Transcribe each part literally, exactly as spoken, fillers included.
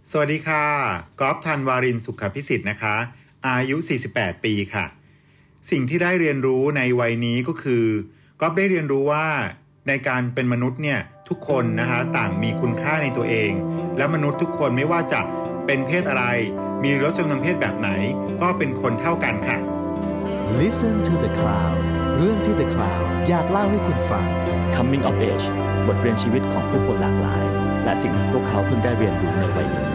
สวัสดีค่ะก๊อฟธันวารินทร์สุขพิสิทธิ์นะคะอายุสี่สิบแปดปีค่ะสิ่งที่ได้เรียนรู้ในวัยนี้ก็คือก๊อฟได้เรียนรู้ว่าในการเป็นมนุษย์เนี่ยทุกคนนะคะต่างมีคุณค่าในตัวเองและมนุษย์ทุกคนไม่ว่าจะเป็นเพศอะไรมีรสนิยมเพศแบบไหนก็เป็นคนเท่ากันค่ะ Listen to the Cloud เรื่องที่ The Cloud อยากเล่าให้คุณฟัง Coming of Age บทเรียนชีวิตของผู้คนหลากหลายและสิ่งที่พวกเขาเพิ่งได้เรียนรู้ในวัยนี้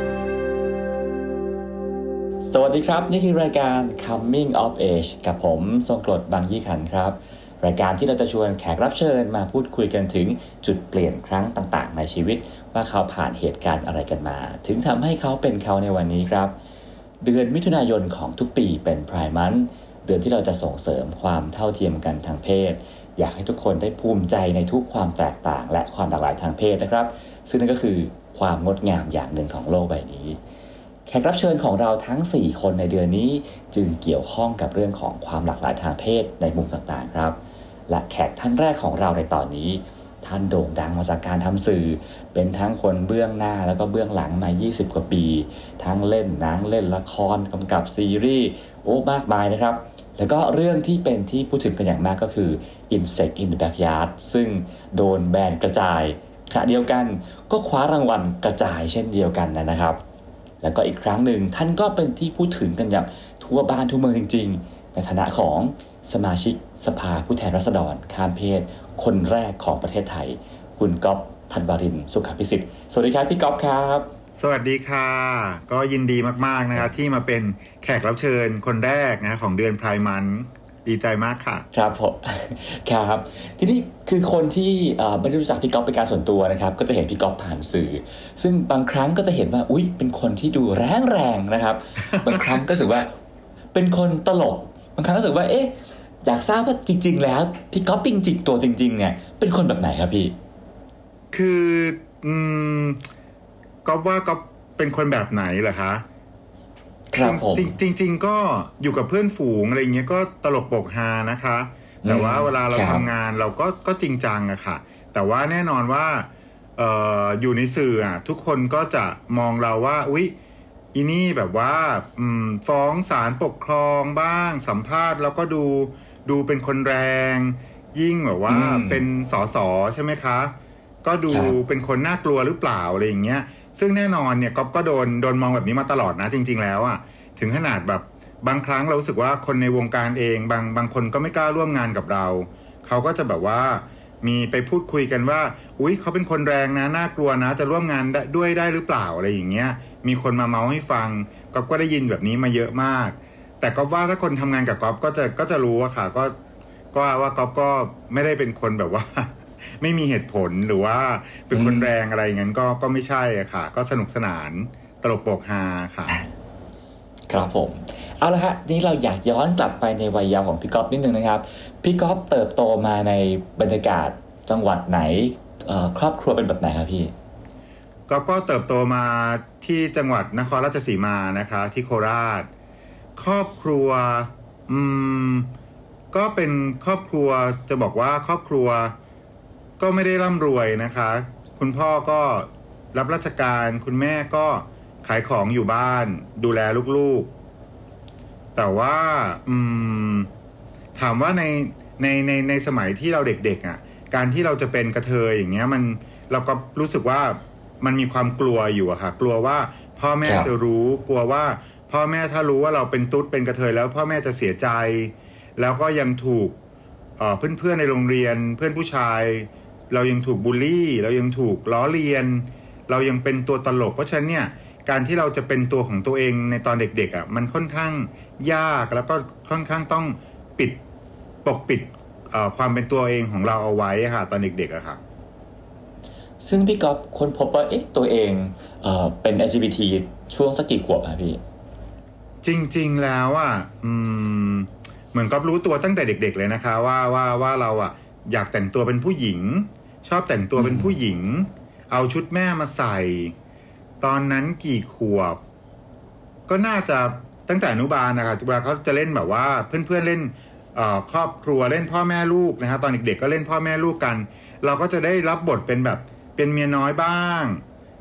สวัสดีครับนี่คือรายการ Coming of Age กับผมทรงกรดบางยี่ขันครับรายการที่เราจะชวนแขกรับเชิญมาพูดคุยกันถึงจุดเปลี่ยนครั้งต่างๆในชีวิตว่าเขาผ่านเหตุการณ์อะไรกันมาถึงทำให้เขาเป็นเขาในวันนี้ครับเดือนมิถุนายนของทุกปีเป็น Pride Month เดือนที่เราจะส่งเสริมความเท่าเทียมกันทางเพศอยากให้ทุกคนได้ภูมิใจในทุกความแตกต่างและความหลากหลายทางเพศนะครับซึ่งนั่นก็คือความงดงามอย่างหนึ่งของโลกใบนี้แขกรับเชิญของเราทั้งสี่คนในเดือนนี้จึงเกี่ยวข้องกับเรื่องของความหลากหลายทางเพศในมุมต่างๆครับและแขกท่านแรกของเราในตอนนี้ท่านโด่งดังมาจากการทำสื่อเป็นทั้งคนเบื้องหน้าแล้วก็เบื้องหลังมายี่สิบกว่าปีทั้งเล่นหนังเล่นละครกำกับซีรีส์โอ้มากมายนะครับแล้วก็เรื่องที่เป็นที่พูดถึงกันอย่างมากก็คือ Insect in the Backyard ซึ่งโดนแบนกระจายขณะเดียวกันก็คว้ารางวัลกระจายเช่นเดียวกันนะครับแล้วก็อีกครั้งหนึ่งท่านก็เป็นที่พูดถึงกันอย่างทั่วบ้านทั่วเมืองจริงๆในฐานะของสมาชิกสภาผู้แทนราษฎรข้ามเพศคนแรกของประเทศไทยคุณก๊อฟธันวารินทร์สุขพิสิทธิ์สวัสดีครับพี่ก๊อฟครับสวัสดีค่ะก็ยินดีมากๆนะคะที่มาเป็นแขกรับเชิญคนแรกนะของเดือน Pride Month ดีใจมากค่ะครับผมครับทีนี้คือคนที่ไม่ได้รู้จักพี่ก๊อฟเป็นการส่วนตัวนะครับก็จะเห็นพี่ก๊อฟผ่านสื่อซึ่งบางครั้งก็จะเห็นว่าอุ๊ยเป็นคนที่ดูแรงแรงนะครับ บางครั้งก็รู้สึกว่าเป็นคนตลกบางครั้งก็รู้สึกว่าเอ๊ะอยากทราบว่าจริงๆแล้วพี่ก๊อฟจริงๆตัวจริงๆเนี่ยเป็นคนแบบไหนครับพี่คืออืมก๊อฟว่าก๊อฟเป็นคนแบบไหนเหรอคะครับผมจริงจริงๆก็อยู่กับเพื่อนฝูงอะไรเงี้ยก็ตลกโปกฮานะคะแต่ว่าเวลาเราทำงานเราก็ก็จริงจังอะค่ะแต่ว่าแน่นอนว่าเอ่ออยู่ในสื่ออะทุกคนก็จะมองเราว่าอุ๊ยอีนี่แบบว่าอืมฟ้องศาลปกครองบ้างสัมภาษณ์แล้วก็ดูดูเป็นคนแรงยิ่งแบบว่าเป็นสสใช่ไหมคะก็ดูเป็นคนน่ากลัวหรือเปล่าอะไรอย่างเงี้ยซึ่งแน่นอนเนี่ยก๊อฟก็โดนโดนมองแบบนี้มาตลอดนะจริงๆแล้วอ่ะถึงขนาดแบบบางครั้งเรารู้สึกว่าคนในวงการเองบางบางคนก็ไม่กล้าร่วมงานกับเราเขาก็จะแบบว่ามีไปพูดคุยกันว่าอุ๊ยเขาเป็นคนแรงนะน่ากลัวนะจะร่วมงานด้วยได้หรือเปล่าอะไรอย่างเงี้ยมีคนมาเมาให้ฟังก๊อฟก็ได้ยินแบบนี้มาเยอะมากแต่ก๊อฟว่าถ้าคนทำงานกับก๊อฟก็จะก็จะรู้อะค่ะก็ก็ว่าก๊อฟก็ไม่ได้เป็นคนแบบว่าไม่มีเหตุผลหรือว่าเป็นคนแรงอะไรอย่างนั้นก็ก็ไม่ใช่อะค่ะก็สนุกสนานตลกโปกฮาค่ะครับผมเอาละฮะนี่เราอยากย้อนกลับไปในวัยเยาว์ของพี่ก๊อฟนิดนึงนะครับพี่ก๊อฟเติบโตมาในบรรยากาศจังหวัดไหนครอบครัวเป็นแบบไหนครับพี่ก๊อฟก็เติบโตมาที่จังหวัดนครราชสีมานะคะที่โคราชครอบครัวอืมก็เป็นครอบครัวจะบอกว่าครอบครัวก็ไม่ได้ร่ำรวยนะคะคุณพ่อก็รับราชการคุณแม่ก็ขายของอยู่บ้านดูแลลูกๆแต่ว่าอืมถามว่าในในในในสมัยที่เราเด็กๆอ่ะการที่เราจะเป็นกระเทยอย่างเงี้ยมันเราก็รู้สึกว่ามันมีความกลัวอยู่อะค่ะกลัวว่าพ่อแม่จะรู้กลัวว่าพ่อแม่ถ้ารู้ว่าเราเป็นตุ๊ดเป็นกระเทยแล้วพ่อแม่จะเสียใจแล้วก็ยังถูกเอ่อเพื่อนๆในโรงเรียนเพื่อนผู้ชายเรายังถูกบูลลี่เรายังถูกล้อเลียนเรายังเป็นตัวตลกเพราะฉะนั้นเนี่ยการที่เราจะเป็นตัวของตัวเองในตอนเด็กๆอ่ะมันค่อนข้างยากแล้วก็ค่อนข้างต้องปิดปกปิดความเป็นตัวเองของเราเอาไว้ค่ะตอนเด็กๆอะค่ะซึ่งพี่ก๊อฟค้นพบว่าเอ๊ะตัวเองเอ่อเป็น แอล จี บี ที ช่วงสักกี่ขวบอะพี่จริงๆแล้วอ่ะอืมเหมือนก๊อฟรู้ตัวตั้งแต่เด็กๆเลยนะคะว่าว่าว่าเราอ่ะอยากแต่งตัวเป็นผู้หญิงชอบแต่งตัวเป็นผู้หญิงเอาชุดแม่มาใส่ตอนนั้นกี่ขวบก็น่าจะตั้งแต่อนุบาลนะคะเวลาเขาจะเล่นแบบว่าเพื่อนๆเล่นเอ่อครอบครัวเล่นพ่อแม่ลูกนะฮะตอนเด็กๆก็เล่นพ่อแม่ลูกกันเราก็จะได้รับบทเป็นแบบเป็นเมียน้อยบ้าง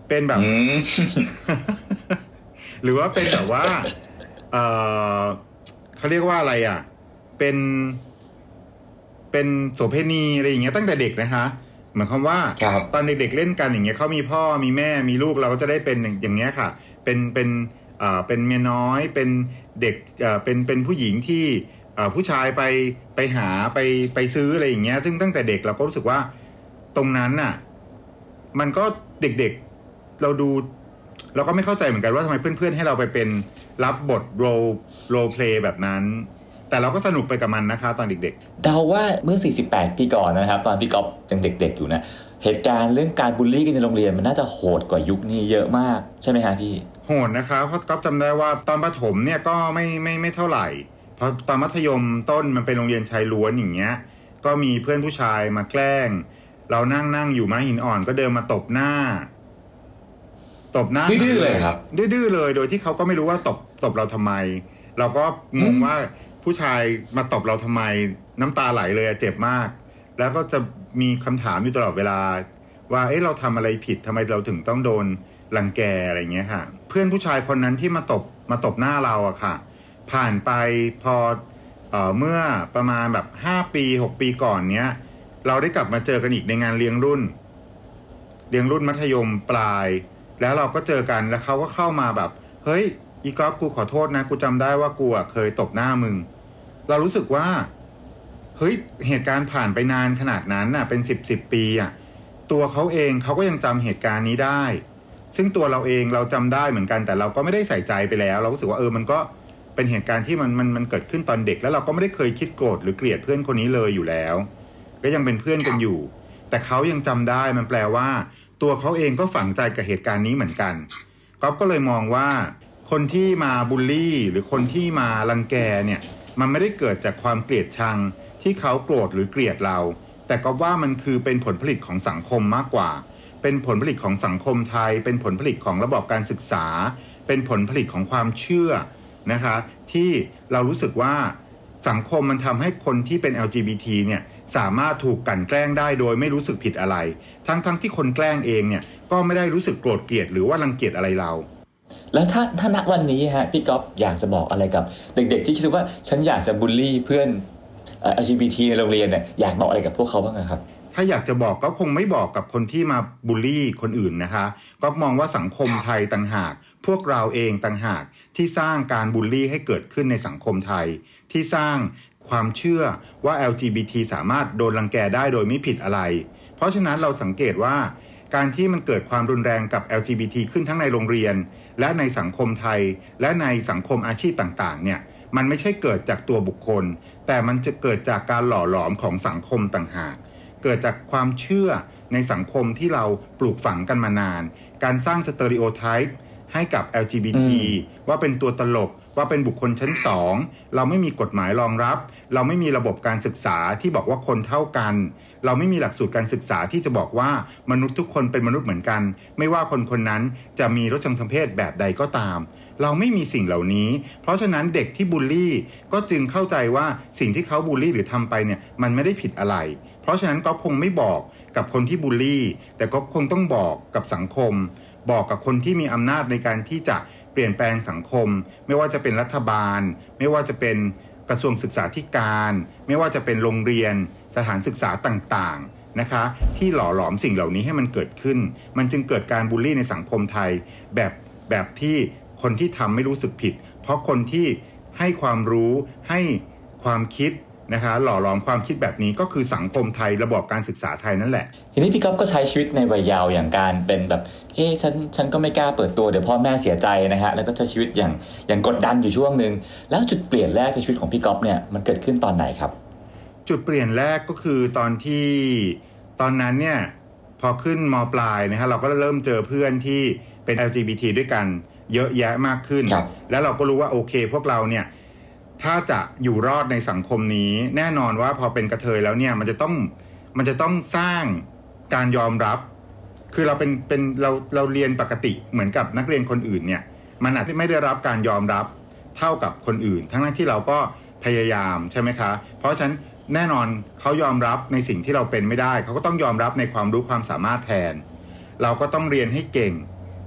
เป็นแบบ หรือว่าเป็นแบบว่าเออเขาเรียกว่าอะไรอ่ะเป็นเป็นโสเภณีอะไรอย่างเงี้ยตั้งแต่เด็กนะคะหมายความว่าตอนเด็กๆเล่นกันอย่างเงี้ยเขามีพ่อมีแม่มีลูกเราก็จะได้เป็นอย่างเงี้ยค่ะเป็นเป็นเอ่อเป็นเมียน้อยเป็นเด็กเอ่อเป็นเป็นผู้หญิงที่เอ่อผู้ชายไปไปหาไปไปซื้ออะไรอย่างเงี้ยซึ่งตั้งแต่เด็กเราก็รู้สึกว่าตรงนั้นน่ะมันก็เด็กๆเราดูเราก็ไม่เข้าใจเหมือนกันว่าทำไมเพื่อนๆให้เราไปเป็นรับบทโรลโรลเพลย์แบบนั้นแต่เราก็สนุกไปกับมันนะคะตอนเด็กๆเดาว่าเมื่อสี่สิบแปดปีก่อนนะครับตอนพี่ก๊อฟยังเด็กๆอยู่นะเหตุการณ์เรื่องการบูลลี่กันในโรงเรียนมันน่าจะโหดกว่ายุคนี้เยอะมากใช่ไหมฮะพี่โหดนะคะเพราะก๊อฟจำได้ว่าตอนประถมเนี่ยก็ไม่ไม่ไม่เท่าไหร่เพราะตอนมัธยมต้นมันเป็นโรงเรียนชายล้วนอย่างเงี้ยก็มีเพื่อนผู้ชายมาแกล้งเรานั่งนั่งอยู่ม้าหินอ่อนก็เดินมาตบหน้าตบหน้าดื้อๆเลยครับดื้อๆเลยโดยที่เขาก็ไม่รู้ว่าตบตบเราทำไมเราก็งงว่าผู้ชายมาตบเราทำไมน้ำตาไหลเลยเจ็บมากแล้วก็จะมีคำถามอยู่ตลอดเวลาว่าเอ๊ะเราทำอะไรผิดทำไมเราถึงต้องโดนรังแกอะไรเงี้ยค่ะเพื่อนผู้ชายคนนั้นที่มาตบมาตบหน้าเราอะค่ะผ่านไปพอเอ่อเมื่อประมาณแบบห้าปีหกปีก่อนเนี้ยเราได้กลับมาเจอกันอีกในงานเลี้ยงรุ่นเลี้ยงรุ่นมัธยมปลายแล้วเราก็เจอกันแล้วเขาก็เข้ามาแบบเฮ้ยอีก๊อฟกูขอโทษนะกูจำได้ว่ากูอะเคยตบหน้ามึงเรารู้สึกว่าเฮ้ยเหตุการณ์ผ่านไปนานขนาดนั้นน่ะเป็นสิบสิบปีอ่ะตัวเขาเองเขาก็ยังจำเหตุการณ์นี้ได้ซึ่งตัวเราเองเราจำได้เหมือนกันแต่เราก็ไม่ได้ใส่ใจไปแล้วเรารู้สึกว่าเออมันก็เป็นเหตุการณ์ที่มันมันมันเกิดขึ้นตอนเด็กแล้วเราก็ไม่ได้เคยคิดโกรธหรือเกลียดเพื่อนคนนี้เลยอยู่แล้วก็ยังเป็นเพื่อนกันอยู่แต่เขายังจำได้มันแปลว่าตัวเขาเองก็ฝังใจกับเหตุการณ์นี้เหมือนกันก๊อฟก็เลยมองว่าคนที่มาบูลลี่หรือคนที่มารังแกเนี่ยมันไม่ได้เกิดจากความเกลียดชังที่เขาโกรธหรือเกลียดเราแต่ก็ว่ามันคือเป็นผลผลิตของสังคมมากกว่าเป็นผลผลิตของสังคมไทยเป็นผลผลิตของระบบการศึกษาเป็นผลผลิตของความเชื่อนะคะที่เรารู้สึกว่าสังคมมันทำให้คนที่เป็น แอล จี บี ที เนี่ยสามารถถูกกลั่นแกล้งได้โดยไม่รู้สึกผิดอะไรทั้งทั้งที่คนแกล้งเองเนี่ยก็ไม่ได้รู้สึกโกรธเกลียดหรือว่ารังเกียจอะไรเราแล้วถ้าถ้าณวันนี้ฮะพี่ก๊อฟอยากจะบอกอะไรกับเด็กๆที่คิดว่าฉันอยากจะบูลลี่เพื่อน แอล จี บี ที ในโรงเรียนเนี่ยอยากบอกอะไรกับพวกเขาบ้างครับถ้าอยากจะบอกก็คงไม่บอกกับคนที่มาบูลลี่คนอื่นนะคะก็มองว่าสังคมไทยต่างหากพวกเราเองต่างหากที่สร้างการบูลลี่ให้เกิดขึ้นในสังคมไทยที่สร้างความเชื่อว่า แอล จี บี ที สามารถโดนรังแกได้โดยไม่ผิดอะไรเพราะฉะนั้นเราสังเกตว่าการที่มันเกิดความรุนแรงกับ แอล จี บี ที ขึ้นทั้งในโรงเรียนและในสังคมไทยและในสังคมอาชีพต่างๆเนี่ยมันไม่ใช่เกิดจากตัวบุคคลแต่มันจะเกิดจากการหล่อหลอมของสังคมต่างหากเกิดจากความเชื่อในสังคมที่เราปลูกฝังกันมานานการสร้างสเตอริโอไทป์ให้กับ แอล จี บี ที ว่าเป็นตัวตลกว่าเป็นบุคคลชั้นสองเราไม่มีกฎหมายรองรับเราไม่มีระบบการศึกษาที่บอกว่าคนเท่ากันเราไม่มีหลักสูตรการศึกษาที่จะบอกว่ามนุษย์ทุกคนเป็นมนุษย์เหมือนกันไม่ว่าคนคนนั้นจะมีรสนิยมทางเพศแบบใดก็ตามเราไม่มีสิ่งเหล่านี้เพราะฉะนั้นเด็กที่บูลลี่ก็จึงเข้าใจว่าสิ่งที่เขาบูลลี่หรือทำไปเนี่ยมันไม่ได้ผิดอะไรเพราะฉะนั้นก็คงไม่บอกกับคนที่บูลลี่แต่ก็คงต้องบอกกับสังคมบอกกับคนที่มีอำนาจในการที่จะเปลี่ยนแปลงสังคมไม่ว่าจะเป็นรัฐบาลไม่ว่าจะเป็นกระทรวงศึกษาธิการไม่ว่าจะเป็นโรงเรียนสถานศึกษาต่างๆนะคะที่หล่อหลอมสิ่งเหล่านี้ให้มันเกิดขึ้นมันจึงเกิดการบูลลี่ในสังคมไทยแบบแบบที่คนที่ทำไม่รู้สึกผิดเพราะคนที่ให้ความรู้ให้ความคิดนะคะหล่อหลอมความคิดแบบนี้ก็คือสังคมไทยระบบการศึกษาไทยนั่นแหละทีนี้พี่ก๊อฟก็ใช้ชีวิตในวัยเยาว์อย่างการเป็นแบบเอ๊ะฉันฉันก็ไม่กล้าเปิดตัวเดี๋ยวพ่อแม่เสียใจนะฮะแล้วก็ใช้ชีวิตอย่างอย่างกดดันอยู่ช่วงนึงแล้วจุดเปลี่ยนแรกในชีวิตของพี่ก๊อฟเนี่ยมันเกิดขึ้นตอนไหนครับจุดเปลี่ยนแรกก็คือตอนที่ตอนนั้นเนี่ยพอขึ้นม.ปลายนะฮะเราก็เริ่มเจอเพื่อนที่เป็น แอล จี บี ที ด้วยกันเยอะแยะมากขึ้นแล้วเราก็รู้ว่าโอเคพวกเราเนี่ยถ้าจะอยู่รอดในสังคมนี้แน่นอนว่าพอเป็นกระเทยแล้วเนี่ยมันจะต้องมันจะต้องสร้างการยอมรับคือเราเป็นเป็นเราเราเรียนปกติเหมือนกับนักเรียนคนอื่นเนี่ยมันอาจจะไม่ได้รับการยอมรับเท่ากับคนอื่นทั้งนั้นที่เราก็พยายามใช่ไหมคะเพราะฉะนั้นแน่นอนเขายอมรับในสิ่งที่เราเป็นไม่ได้เขาก็ต้องยอมรับในความรู้ความสามารถแทนเราก็ต้องเรียนให้เก่ง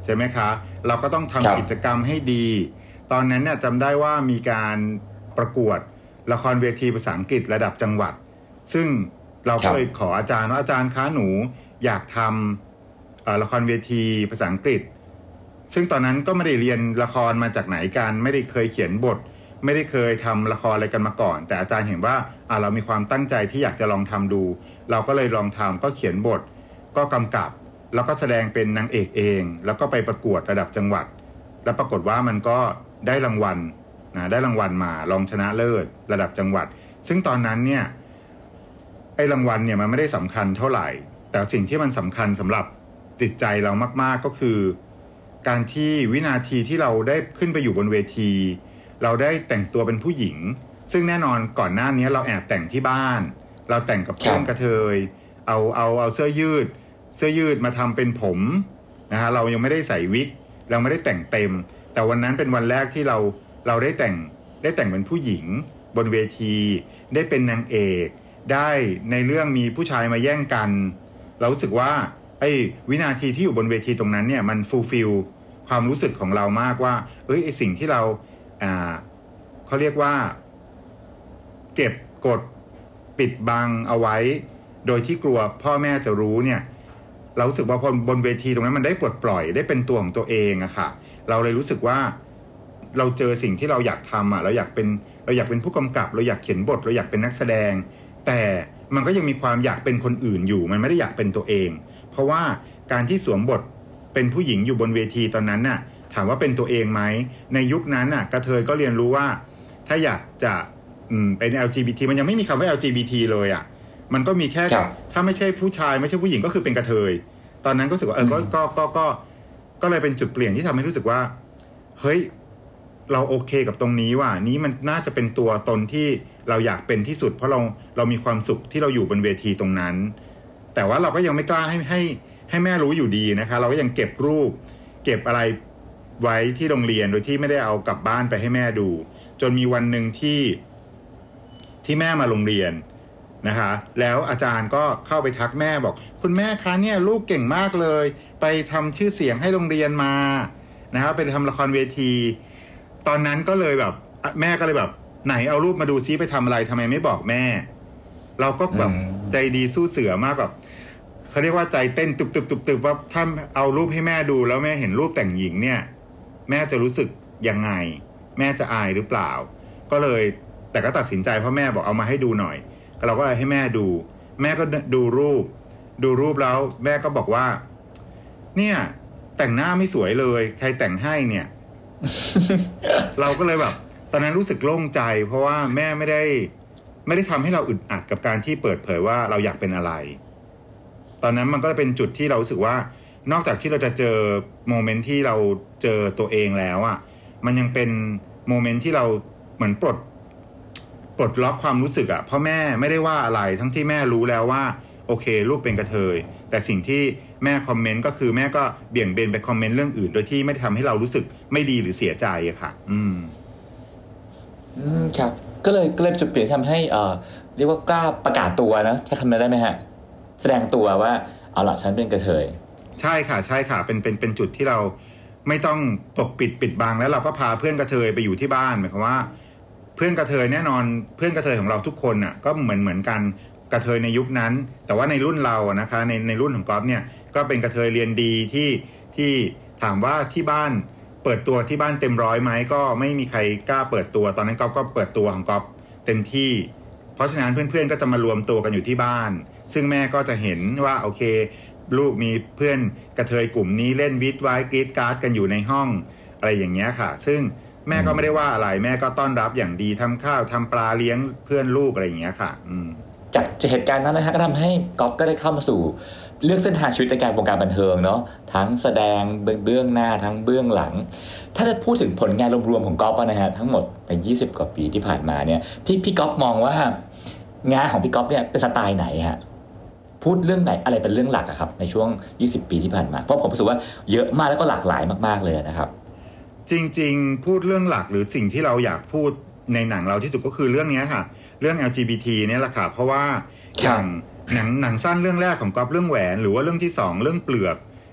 ช่ไหมคะเราก็ต้องทำกิจกรรมให้ดีตอนนั้นเนี่ยจำได้ว่ามีการประกวดละครเวทีภาษาอังกฤษระดับจังหวัดซึ่งเราก็เลยขออาจารย์ว่าอาจารย์คะหนูอยากทำละครเวทีภาษาอังกฤษซึ่งตอนนั้นก็ไม่ได้เรียนละครมาจากไหนกันไม่ได้เคยเขียนบทไม่ได้เคยทำละครอะไรกันมาก่อนแต่อาจารย์เห็นว่าอ่ะเรามีความตั้งใจที่อยากจะลองทำดูเราก็เลยลองทำก็เขียนบทก็กำกับแล้วก็แสดงเป็นนางเอกเองแล้วก็ไปประกวดระดับจังหวัดแล้วปรากฏว่ามันก็ได้รางวัลนะได้รางวัลมารองชนะเลิศระดับจังหวัดซึ่งตอนนั้นเนี่ยไอ้รางวัลเนี่ยมันไม่ได้สำคัญเท่าไหร่แต่สิ่งที่มันสำคัญสำหรับจิตใจเรามากๆก็คือการที่วินาทีที่เราได้ขึ้นไปอยู่บนเวทีเราได้แต่งตัวเป็นผู้หญิงซึ่งแน่นอนก่อนหน้านี้เราแอบแต่งที่บ้านเราแต่งกับเพื่อนกระเทยเอาเอาเอาเสื้อยืดเสื้อยืดมาทำเป็นผมนะฮะเรายังไม่ได้ใส่วิกเราไม่ได้แต่งเต็มแต่วันนั้นเป็นวันแรกที่เราเราได้แต่งได้แต่งเป็นผู้หญิงบนเวทีได้เป็นนางเอกได้ในเรื่องมีผู้ชายมาแย่งกันเรารู้สึกว่าไอ้วินาทีที่อยู่บนเวทีตรงนั้นเนี่ยมันฟูลฟิลความรู้สึกของเรามากว่าเอ้ยไอ้สิ่งที่เราอ่าเขาเรียกว่าเก็บกดปิดบังเอาไว้โดยที่กลัวพ่อแม่จะรู้เนี่ยเรารู้สึกว่าพอบนเวทีตรงนั้นมันได้ปลดปล่อยได้เป็นตัวของตัวเองอะค่ะเราเลยรู้สึกว่าเราเจอสิ่งที่เราอยากทำอะเราอยากเป็นเราอยากเป็นผู้กำกับเราอยากเขียนบทเราอยากเป็นนักแสดงแต่มันก็ยังมีความอยากเป็นคนอื่นอยู่มันไม่ได้อยากเป็นตัวเองเพราะว่าการที่สวมบทเป็นผู้หญิงอยู่บนเวทีตอนนั้นน่ะถามว่าเป็นตัวเองไหมในยุคนั้นน่ะกระเทยก็เรียนรู้ว่าถ้าอยากจะอืมเป็น แอล จี บี ที มันยังไม่มีคำว่า แอล จี บี ที เลยอ่ะมันก็มีแค่ถ้าไม่ใช่ผู้ชายไม่ใช่ผู้หญิงก็คือเป็นกระเทยตอนนั้นก็รู้สึกว่าเออก็ก็ก็ก็ก็เลยเป็นจุดเปลี่ยนที่ทำให้รู้สึกว่าเฮ้ยเราโอเคกับตรงนี้ว่ะนี้มันน่าจะเป็นตัวตนที่เราอยากเป็นที่สุดเพราะเราเรามีความสุขที่เราอยู่บนเวทีตรงนั้นแต่ว่าเราก็ยังไม่กล้าให้ให้ให้แม่รู้อยู่ดีนะคะเราก็ยังเก็บรูปเก็บอะไรไว้ที่โรงเรียนโดยที่ไม่ได้เอากลับบ้านไปให้แม่ดูจนมีวันหนึ่งที่ที่แม่มาโรงเรียนนะคะแล้วอาจารย์ก็เข้าไปทักแม่บอกคุณแม่คะเนี่ยลูกเก่งมากเลยไปทำชื่อเสียงให้โรงเรียนมานะครับไปทำละครเวทีตอนนั้นก็เลยแบบแม่ก็เลยแบบไหนเอารูปมาดูซิไปทำอะไรทำไมไม่บอกแม่เราก็แบบใจดีสู้เสือมากแบบเขาเรียกว่าใจเต้นตุบๆๆว่าถ้าเอารูปให้แม่ดูแล้วแม่เห็นรูปแต่งหญิงเนี่ยแม่จะรู้สึกยังไงแม่จะอายหรือเปล่าก็เลยแต่ก็ตัดสินใจเพราะแม่บอกเอามาให้ดูหน่อยเราก็ให้แม่ดูแม่ก็ดูรูปดูรูปแล้วแม่ก็บอกว่าเนี่ยแต่งหน้าไม่สวยเลยใครแต่งให้เนี่ย เราก็เลยแบบตอนนั้นรู้สึกโล่งใจเพราะว่าแม่ไม่ได้ไม่ได้ทำให้เราอึดอัดกับการที่เปิดเผยว่าเราอยากเป็นอะไรตอนนั้นมันก็เป็นจุดที่เรารู้สึกว่านอกจากที่เราจะเจอโมเมนต์ที่เราเจอตัวเองแล้วอ่ะมันยังเป็นโมเมนต์ที่เราเหมือนปลดปลดล็อกความรู้สึกอ่ะเพราะแม่ไม่ได้ว่าอะไรทั้งที่แม่รู้แล้วว่าโอเคลูกเป็นกระเทยแต่สิ่งที่แม่คอมเมนต์ก็คือแม่ก็เบี่ยงเบนไปคอมเมนต์เรื่องอื่นโดยที่ไม่ทำให้เรารู้สึกไม่ดีหรือเสียใจอะค่ะอืมอืมครับก็เลยก็เลยจุดเปลี่ยนทำให้เอ่อเรียกว่ากล้าประกาศตัวนะใช้คำนั้นได้ไหมฮะแสดงตัวว่าเอาล่ะฉันเป็นกระเทยใช่ค่ะใช่ค่ะเป็นเป็นเป็นจุดที่เราไม่ต้องปกปิดปิดบังแล้วเราก็พาเพื่อนกระเทยไปอยู่ที่บ้านหมายความว่าเพื่อนกระเทยแน่นอนเพื่อนกระเทยของเราทุกคนน่ะก็เหมือนเหมือนกันกระเทยในยุคนั้นแต่ว่าในรุ่นเรานะคะในในรุ่นของก๊อฟเนี่ยก็เป็นกระเทยเรียนดีที่ที่ถามว่าที่บ้านเปิดตัวที่บ้านเต็มร้อยไหมก็ไม่มีใครกล้าเปิดตัวตอนนั้นก๊อฟก็เปิดตัวของก๊อฟเต็มที่เพราะฉะนั้นเพื่อนๆก็จะมารวมตัวกันอยู่ที่บ้านซึ่งแม่ก็จะเห็นว่าโอเคลูกมีเพื่อนกระเทยกลุ่มนี้เล่นวิดไว้กรีดการ์ดกันอยู่ในห้องอะไรอย่างเงี้ยค่ะซึ่งแม่ก็ไม่ได้ว่าอะไรแม่ก็ต้อนรับอย่างดีทำข้าวทำปลาเลี้ยงเพื่อนลูกอะไรอย่างเงี้ยค่ะอืมจากเหตุการณ์นั้นนะฮะก็ทำให้ก๊อฟก็ได้เข้ามาสู่เลือกเส้นทางชีวิตในการวงการบันเทิงเนาะทั้งแสดงเบื้องหน้าทั้งเบื้องหลังถ้าจะพูดถึงผลงานรวมๆของก๊อฟนะฮะทั้งหมดในยี่สิบกว่าปีที่ผ่านมาเนี่ยพี่พี่ก๊อฟมองว่างานของพี่ก๊อฟเนี่ยเป็นสไตล์ไหนฮะพูดเรื่องไหนอะไรเป็นเรื่องหลักอะครับในช่วงยี่สิบปีที่ผ่านมาเพราะผมรู้สึกว่าเยอะมากแล้วก็หลากหลายมากๆเลยนะครับจริงๆพูดเรื่องหลักหรือสิ่งที่เราอยากพูดในหนังเราที่สุดก็คือเรื่องนี้ค่ะเรื่อง แอล จี บี ที เนี่ยแหละค่ะเพราะว่าอย่างหนังหนังสั้นเรื่องแรกของก๊อฟเรื่องแหวนหรือว่าเรื่องที่สองเรื่องเปลือก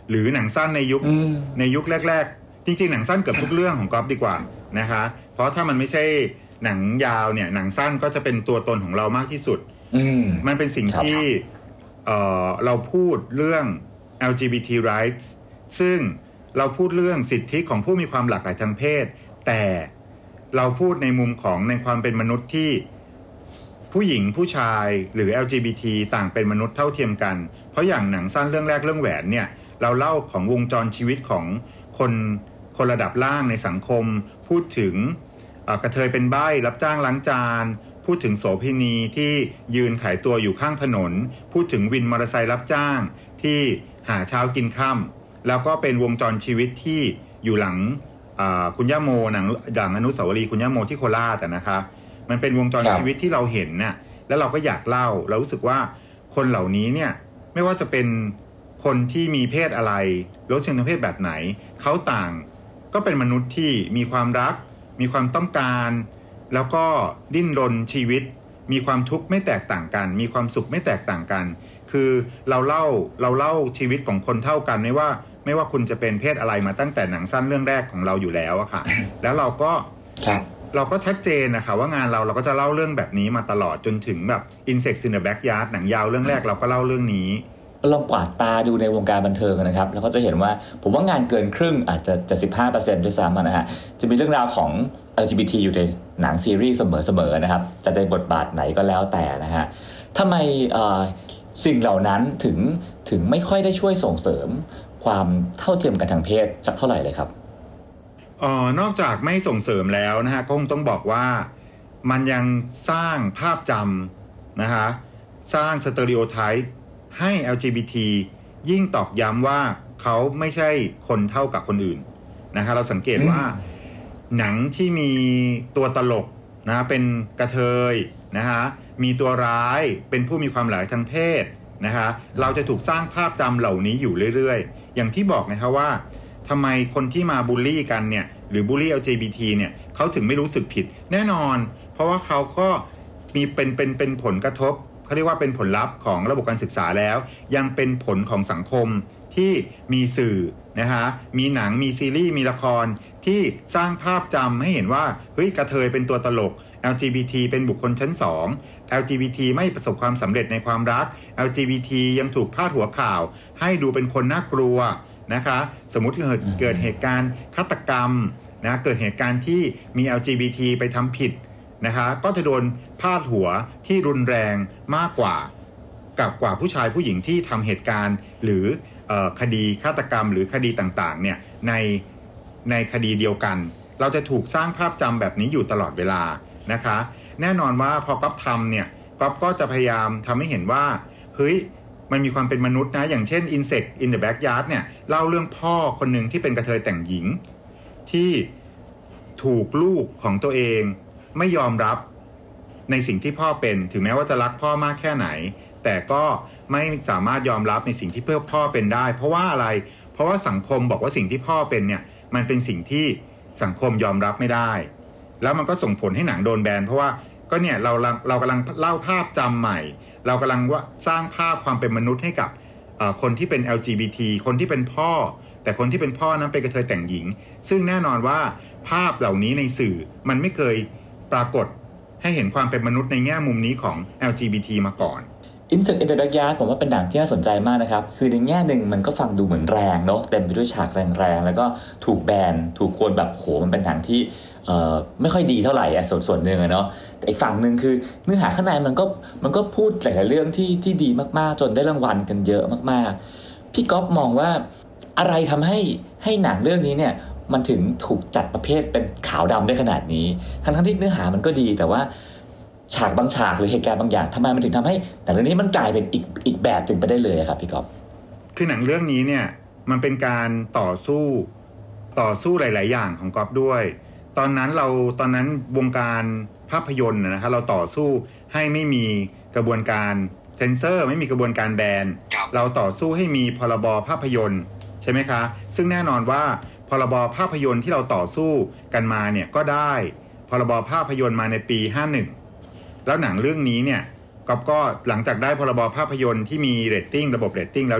หรือหนังสั้นในยุคในยุคแรกๆจริงๆหนังสั้นเกือบทุกเรื่องของก๊อฟดีกว่านะคะเพราะถ้ามันไม่ใช่หนังยาวเนี่ยหนังสั้นก็จะเป็นตัวตนของเรามากที่สุดมันเป็นสิ่งที่เอ่อเราพูดเรื่อง แอล จี บี ที rights ซึ่งเราพูดเรื่องสิทธิของผู้มีความหลากหลายทางเพศแต่เราพูดในมุมของในความเป็นมนุษย์ที่ผู้หญิงผู้ชายหรือ แอล จี บี ที ต่างเป็นมนุษย์เท่าเทียมกันเพราะอย่างหนังสั้นเรื่องแรกเรื่องแหวนเนี่ยเราเล่าของวงจรชีวิตของคนคนระดับล่างในสังคมพูดถึงกระเทยเป็นใบ้รับจ้างล้างจานพูดถึงโสเภณีที่ยืนขายตัวอยู่ข้างถนนพูดถึงวินมอเตอร์ไซค์รับจ้างที่หาเช้ากินค่ำแล้วก็เป็นวงจรชีวิตที่อยู่หลังคุณย่าโมหนังดังอนุสาวรีย์คุณย่าโมที่โคราชนะคะมันเป็นวงจรชีวิตที่เราเห็นน่ะแล้วเราก็อยากเล่าเรารู้สึกว่าคนเหล่านี้เนี่ยไม่ว่าจะเป็นคนที่มีเพศอะไรรสเชิงทางเพศแบบไหนเขาต่างก็เป็นมนุษย์ที่มีความรักมีความต้องการแล้วก็ดิ้นรนชีวิตมีความทุกข์ไม่แตกต่างกันมีความสุขไม่แตกต่างกันคือเราเล่าเราเล่าชีวิตของคนเท่ากันไม่ว่าไม่ว่าคุณจะเป็นเพศอะไรมาตั้งแต่หนังสั้นเรื่องแรกของเราอยู่แล้วอะค่ะ แล้วเราก็เราก็ชัดเจนนะคะว่างานเราเราก็จะเล่าเรื่องแบบนี้มาตลอดจนถึงแบบ Insects in the Backyard หนังยาวเรื่องแรกเราก็เล่าเรื่องนี้ลองกวาดตาดูในวงการบันเทิงนะครับแล้วก็จะเห็นว่าผมว่างานเกินครึ่งอาจจะจะ สิบห้าเปอร์เซ็นต์ ด้วยซ้ำนะฮะจะมีเรื่องราวของ แอล จี บี ที อยู่ในหนังซีรีส์เสมอๆนะครับจะได้บทบาทไหนก็แล้วแต่นะฮะทำไมสิ่งเหล่านั้นถึงถึงไม่ค่อยได้ช่วยส่งเสริมความเท่าเทียมกันทางเพศสักเท่าไหร่เลยครับอ๋อนอกจากไม่ส่งเสริมแล้วนะฮะก็คงต้องบอกว่ามันยังสร้างภาพจำนะคะสร้างสเตอริโอไทป์ให้ แอล จี บี ที ยิ่งตอกย้ำว่าเขาไม่ใช่คนเท่ากับคนอื่นนะคะเราสังเกตว่าหนังที่มีตัวตลกนะเป็นกระเทยนะคะมีตัวร้ายเป็นผู้มีความหลากหลายทางเพศนะคะเราจะถูกสร้างภาพจำเหล่านี้อยู่เรื่อยๆอย่างที่บอกนะคะว่าทำไมคนที่มาบูลลี่กันเนี่ยหรือบูลลี่ แอล จี บี ที เนี่ยเขาถึงไม่รู้สึกผิดแน่นอนเพราะว่าเขาก็มีเป็นเป็นเป็นผลกระทบเขาเรียกว่าเป็นผลลัพธ์ของระบบการศึกษาแล้วยังเป็นผลของสังคมที่มีสื่อนะคะมีหนังมีซีรีส์มีละครที่สร้างภาพจำให้เห็นว่าเฮ้ยกระเทยเป็นตัวตลก แอล จี บี ที เป็นบุคคลชั้นสอง แอล จี บี ที ไม่ประสบความสำเร็จในความรัก แอล จี บี ที ยังถูกพาดหัวข่าวให้ดูเป็นคนน่ากลัวนะคะสมมุติเกิดเกิดเหตุการณ์ฆาตกรรมนะเกิดเหตุการณ์ที่มี แอล จี บี ที ไปทำผิดนะคะก็จะโดนพาดหัวที่รุนแรงมากกว่ากับกว่าผู้ชายผู้หญิงที่ทำเหตุการณ์หรือเอ่อคดีฆาตกรรมหรือคดีต่างๆเนี่ยในในคดีเดียวกันเราจะถูกสร้างภาพจำแบบนี้อยู่ตลอดเวลานะคะแน่นอนว่าพอก๊อฟทำเนี่ยก๊อฟก็จะพยายามทำให้เห็นว่าเฮ้ยมันมีความเป็นมนุษย์นะอย่างเช่น Insect in the Backyard เนี่ยเล่าเรื่องพ่อคนหนึ่งที่เป็นกระเทยแต่งหญิงที่ถูกลูกของตัวเองไม่ยอมรับในสิ่งที่พ่อเป็นถึงแม้ว่าจะรักพ่อมากแค่ไหนแต่ก็ไม่สามารถยอมรับในสิ่งที่เพื่อพ่อเป็นได้เพราะว่าอะไรเพราะว่าสังคมบอกว่าสิ่งที่พ่อเป็นเนี่ยมันเป็นสิ่งที่สังคมยอมรับไม่ได้แล้วมันก็ส่งผลให้หนังโดนแบนเพราะว่าก็เนี่ยเราเรากำลังเล่าภาพจำใหม่เรากำลังว่าสร้างภาพความเป็นมนุษย์ให้กับคนที่เป็น แอล จี บี ที คนที่เป็นพ่อแต่คนที่เป็นพ่อนั้นเป็นกระเทยแต่งหญิงซึ่งแน่นอนว่าภาพเหล่านี้ในสื่อมันไม่เคยปรากฏให้เห็นความเป็นมนุษย์ในแง่มุมนี้ของ แอล จี บี ที มาก่อน Insect in the Backyard ผมว่าเป็นหนังที่น่าสนใจมากนะครับคือในแง่หนึ่งมันก็ฟังดูเหมือนแรงเนาะเต็มไปด้วยฉากแรงๆแล้วก็ถูกแบนถูกคนแบบโหมันเป็นหนังที่เอ่อไม่ค่อยดีเท่าไหร่อ่ะส่วนส่วนนึงอ่ะเนาะแต่อีกฝั่งนึงคือเนื้อหาข้างในมันก็มันก็พูดหลายๆเรื่องที่ที่ดีมากๆจนได้รางวัลกันเยอะมากๆพี่ก๊อฟมองว่าอะไรทำให้ให้หนังเรื่องนี้เนี่ยมันถึงถูกจัดประเภทเป็นขาวดำได้ขนาดนี้ทั้งๆที่เนื้อหามันก็ดีแต่ว่าฉากบางฉากหรือเหตุการณ์บางอย่างทำไมมันถึงทำให้แต่เรื่องนี้มันกลายเป็นอีกอีกแบบนึงไปได้เลยครับพี่ก๊อฟคือหนังเรื่องนี้เนี่ยมันเป็นการต่อสู้ต่อสู้หลายๆอย่างของก๊อฟด้วยตอนนั้นเราตอนนั้นวงการภาพยนตร์นะครับเราต่อสู้ให้ไม่มีกระบวนการเซ็นเซอร์ไม่มีกระบวนการแบนเราต่อสู้ให้มีพรบภาพยนตร์ใช่ไหมคะซึ่งแน่นอนว่าพรบภาพยนตร์ที่เราต่อสู้กันมาเนี่ยก็ได้พรบภาพยนตร์มาในปีห้าสิบเอ็ดแล้วหนังเรื่องนี้เนี่ยก๊อฟก็หลังจากได้พรบภาพยนตร์ที่มีเรตติ้งระบบเรตติ้งแล้วเนี่ย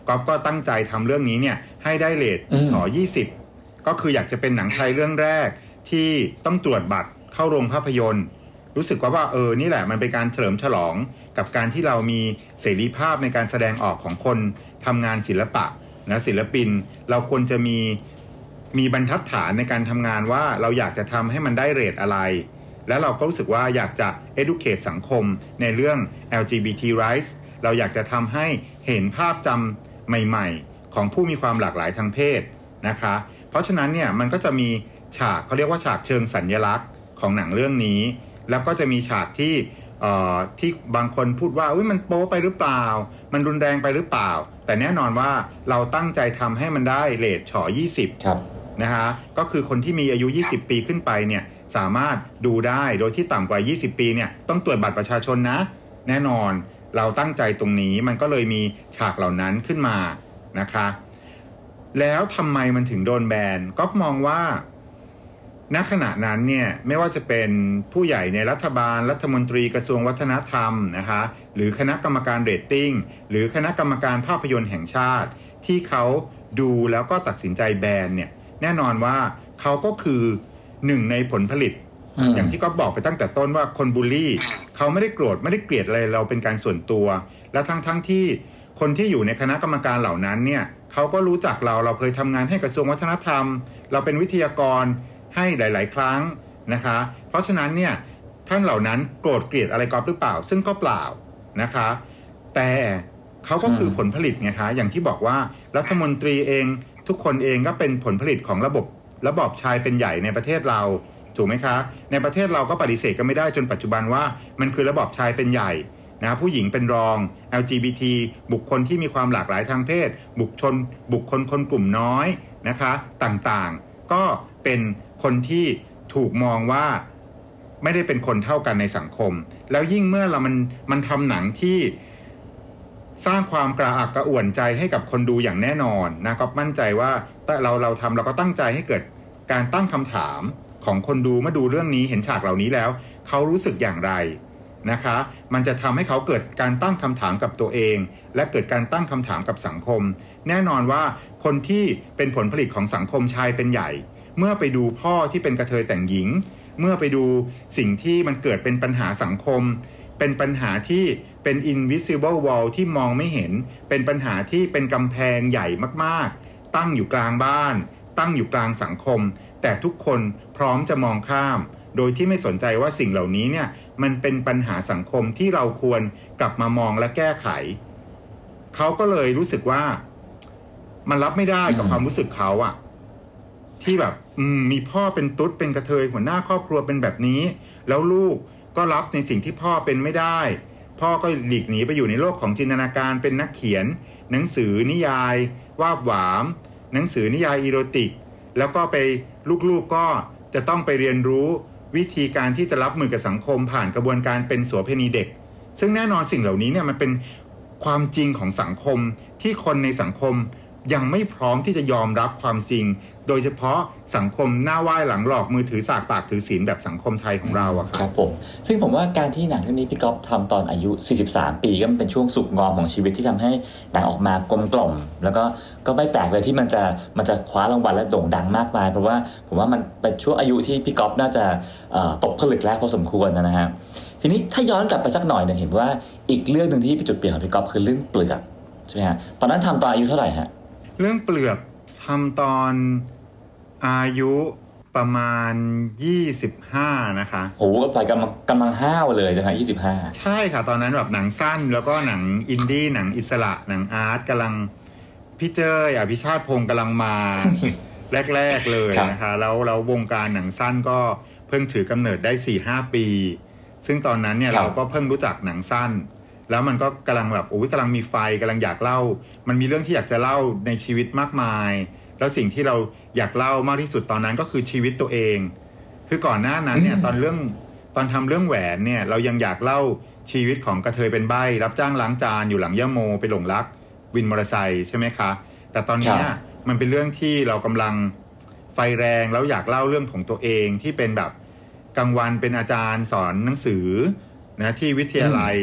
ก๊อฟก็ตั้งใจทำเรื่องนี้เนี่ยให้ได้เรทฉอยี่สิบก็คืออยากจะเป็นหนังไทยเรื่องแรกที่ต้องตรวจบัตรเข้าโรงภาพยนตร์รู้สึกว่าว่าเออนี่แหละมันเป็นการเฉลิมฉลองกับการที่เรามีเสรีภาพในการแสดงออกของคนทำงานศิลปะนะศิลปินเราควรจะมีมีบรรทัดฐานในการทำงานว่าเราอยากจะทำให้มันได้เรทอะไรและเราก็รู้สึกว่าอยากจะ educate สังคมในเรื่อง แอล จี บี ที rights เราอยากจะทำให้เห็นภาพจำใหม่ๆของผู้มีความหลากหลายทางเพศนะคะเพราะฉะนั้นเนี่ยมันก็จะมีฉากเขาเรียกว่าฉากเชิงสัญลักษณ์ของหนังเรื่องนี้แล้วก็จะมีฉากที่เอ่อที่บางคนพูดว่าอุ๊ยมันโป๊ไปหรือเปล่ามันรุนแรงไปหรือเปล่าแต่แน่นอนว่าเราตั้งใจทำให้มันได้เรทฉอยี่สิบครับนะคะก็คือคนที่มีอายุยี่สิบปีขึ้นไปเนี่ยสามารถดูได้โดยที่ต่ำกว่ายี่สิบปีเนี่ยต้องตรวจบัตรประชาชนนะแน่นอนเราตั้งใจตรงนี้มันก็เลยมีฉากเหล่านั้นขึ้นมานะคะแล้วทำไมมันถึงโดนแบนก็มองว่าณขณะนั้นเนี่ยไม่ว่าจะเป็นผู้ใหญ่ในรัฐบาลรัฐมนตรีกระทรวงวัฒนธรรมนะคะหรือคณะกรรมการเรตติ้งหรือคณะกรรมการภาพยนตร์แห่งชาติที่เขาดูแล้วก็ตัดสินใจแบนเนี่ยแน่นอนว่าเขาก็คือหนึ่งในผลผลิต อ, อย่างที่ก็บอกไปตั้งแต่ต้นว่าคนบูลลี่เขาไม่ได้โกรธไม่ได้เกลียดอะไรเราเป็นการส่วนตัวและทั้งทั้งที่คนที่อยู่ในคณะกรรมการเหล่านั้นเนี่ยเขาก็รู้จักเราเราเคยทำงานให้กระทรวงวัฒนธรรมเราเป็นวิทยากรให้หลายๆครั้งนะคะเพราะฉะนั้นเนี่ยท่านเหล่านั้นโกรธเกลียดอะไรก๊อฟหรือเปล่าซึ่งก็เปล่านะคะแต่เขาก็คือผลผลิตไงคะอย่างที่บอกว่ารัฐมนตรีเองทุกคนเองก็เป็นผลผลิตของระบบระบอบชายเป็นใหญ่ในประเทศเราถูกไหมคะในประเทศเราก็ปฏิเสธกันไม่ได้จนปัจจุบันว่ามันคือระบอบชายเป็นใหญ่นะผู้หญิงเป็นรอง แอล จี บี ที บุคคลที่มีความหลากหลายทางเพศบุคคลบุคคลคนกลุ่มน้อยนะคะต่างๆก็เป็นคนที่ถูกมองว่าไม่ได้เป็นคนเท่ากันในสังคมแล้วยิ่งเมื่อเรามันมันทำหนังที่สร้างความกระอักกระอ่วนใจให้กับคนดูอย่างแน่นอนนะก็มั่นใจว่าเราเราทำเราก็ตั้งใจให้เกิดการตั้งคำถามของคนดูเมื่อดูเรื่องนี้เห็นฉากเหล่านี้แล้วเขารู้สึกอย่างไรนะคะมันจะทำให้เขาเกิดการตั้งคำถามกับตัวเองและเกิดการตั้งคำถามกับสังคมแน่นอนว่าคนที่เป็นผลผลิตของสังคมชายเป็นใหญ่เมื่อไปดูพ่อที่เป็นกระเทยแต่งหญิงเมื่อไปดูสิ่งที่มันเกิดเป็นปัญหาสังคมเป็นปัญหาที่เป็น invisible wall ที่มองไม่เห็นเป็นปัญหาที่เป็นกำแพงใหญ่มากๆตั้งอยู่กลางบ้านตั้งอยู่กลางสังคมแต่ทุกคนพร้อมจะมองข้ามโดยที่ไม่สนใจว่าสิ่งเหล่านี้เนี่ยมันเป็นปัญหาสังคมที่เราควรกลับมามองและแก้ไขเขาก็เลยรู้สึกว่ามันรับไม่ได้กับความรู้สึกเขาอะที่แบบมีพ่อเป็นตุ๊ดเป็นกระเทยหัวหน้าครอบครัวเป็นแบบนี้แล้วลูกก็รับในสิ่งที่พ่อเป็นไม่ได้พ่อก็หลีกหนีไปอยู่ในโลกของจินตนาการเป็นนักเขียนหนังสือนิยายวาบหวามหนังสือนิยายอีโรติกแล้วก็ไปลูกๆก็จะต้องไปเรียนรู้วิธีการที่จะรับมือกับสังคมผ่านกระบวนการเป็นโสเภณีเด็กซึ่งแน่นอนสิ่งเหล่านี้เนี่ยมันเป็นความจริงของสังคมที่คนในสังคมยังไม่พร้อมที่จะยอมรับความจริงโดยเฉพาะสังคมหน้าไหว้หลังหลอกมือถือสากปากถือศีลแบบสังคมไทยของเราอะครับครับผมซึ่งผมว่าการที่หนังเรื่องนี้พี่ก๊อฟทำตอนอายุสี่สิบสามปีก็เป็นช่วงสุกงอมของชีวิตที่ทำให้หนังออกมากลมกล่อมแล้วก็ก็ไม่แปลกเลยที่มันจะมันจะคว้ารางวัลและโด่งดังมากมายเพราะว่าผมว่ามันเป็นช่วงอายุที่พี่ก๊อฟน่าจะตกผลึกแรกพอสมควรนะฮะทีนี้ถ้าย้อนกลับไปสักหน่อยเนี่ยเห็นว่าอีกเรื่องนึงที่เป็นจุดเปลี่ยนของพี่ก๊อฟคือเรื่องเปลือกใช่ไหมฮะตอนนั้นทำตอนอายุเท่าไหร่ฮะเรื่องเปลือกทำตอนอายุประมาณยี่สิบห้านะคะโอ้ก็ปล่อยกำลังกำลังห้าวเลยใช่ไหมยี่สิบห้าใช่ค่ะตอนนั้นแบบหนังสั้นแล้วก็หนังอินดี้หนังอิสระหนังอาร์ตกำลังพี่เจ้ยอภิชาติพงศ์กำลังมา แรกๆเลยนะคะแล้วแล้ววงการหนังสั้นก็เพิ่งถือกำเนิดได้ สี่ห้า ปีซึ่งตอนนั้นเนี่ยเราก็เพิ่งรู้จักหนังสั้นแล้วมันก็กำลังแบบโอ้ยกำลังมีไฟกำลังอยากเล่ามันมีเรื่องที่อยากจะเล่าในชีวิตมากมายแล้วสิ่งที่เราอยากเล่ามากที่สุดตอนนั้นก็คือชีวิตตัวเองคือก่อนหน้านั้นเนี่ยตอนเรื่องตอนทำเรื่องแหวนเนี่ยเรายังอยากเล่าชีวิตของกระเทยเป็นใบ้รับจ้างล้างจานอยู่หลังย่าโมไปหลงรักวินมอเตอร์ไซค์ใช่ไหมคะแต่ตอนนี้มันเป็นเรื่องที่เรากำลังไฟแรงแล้วอยากเล่าเรื่องของตัวเองที่เป็นแบบกลางวันเป็นอาจารย์สอนหนังสือนะที่วิทยาลัย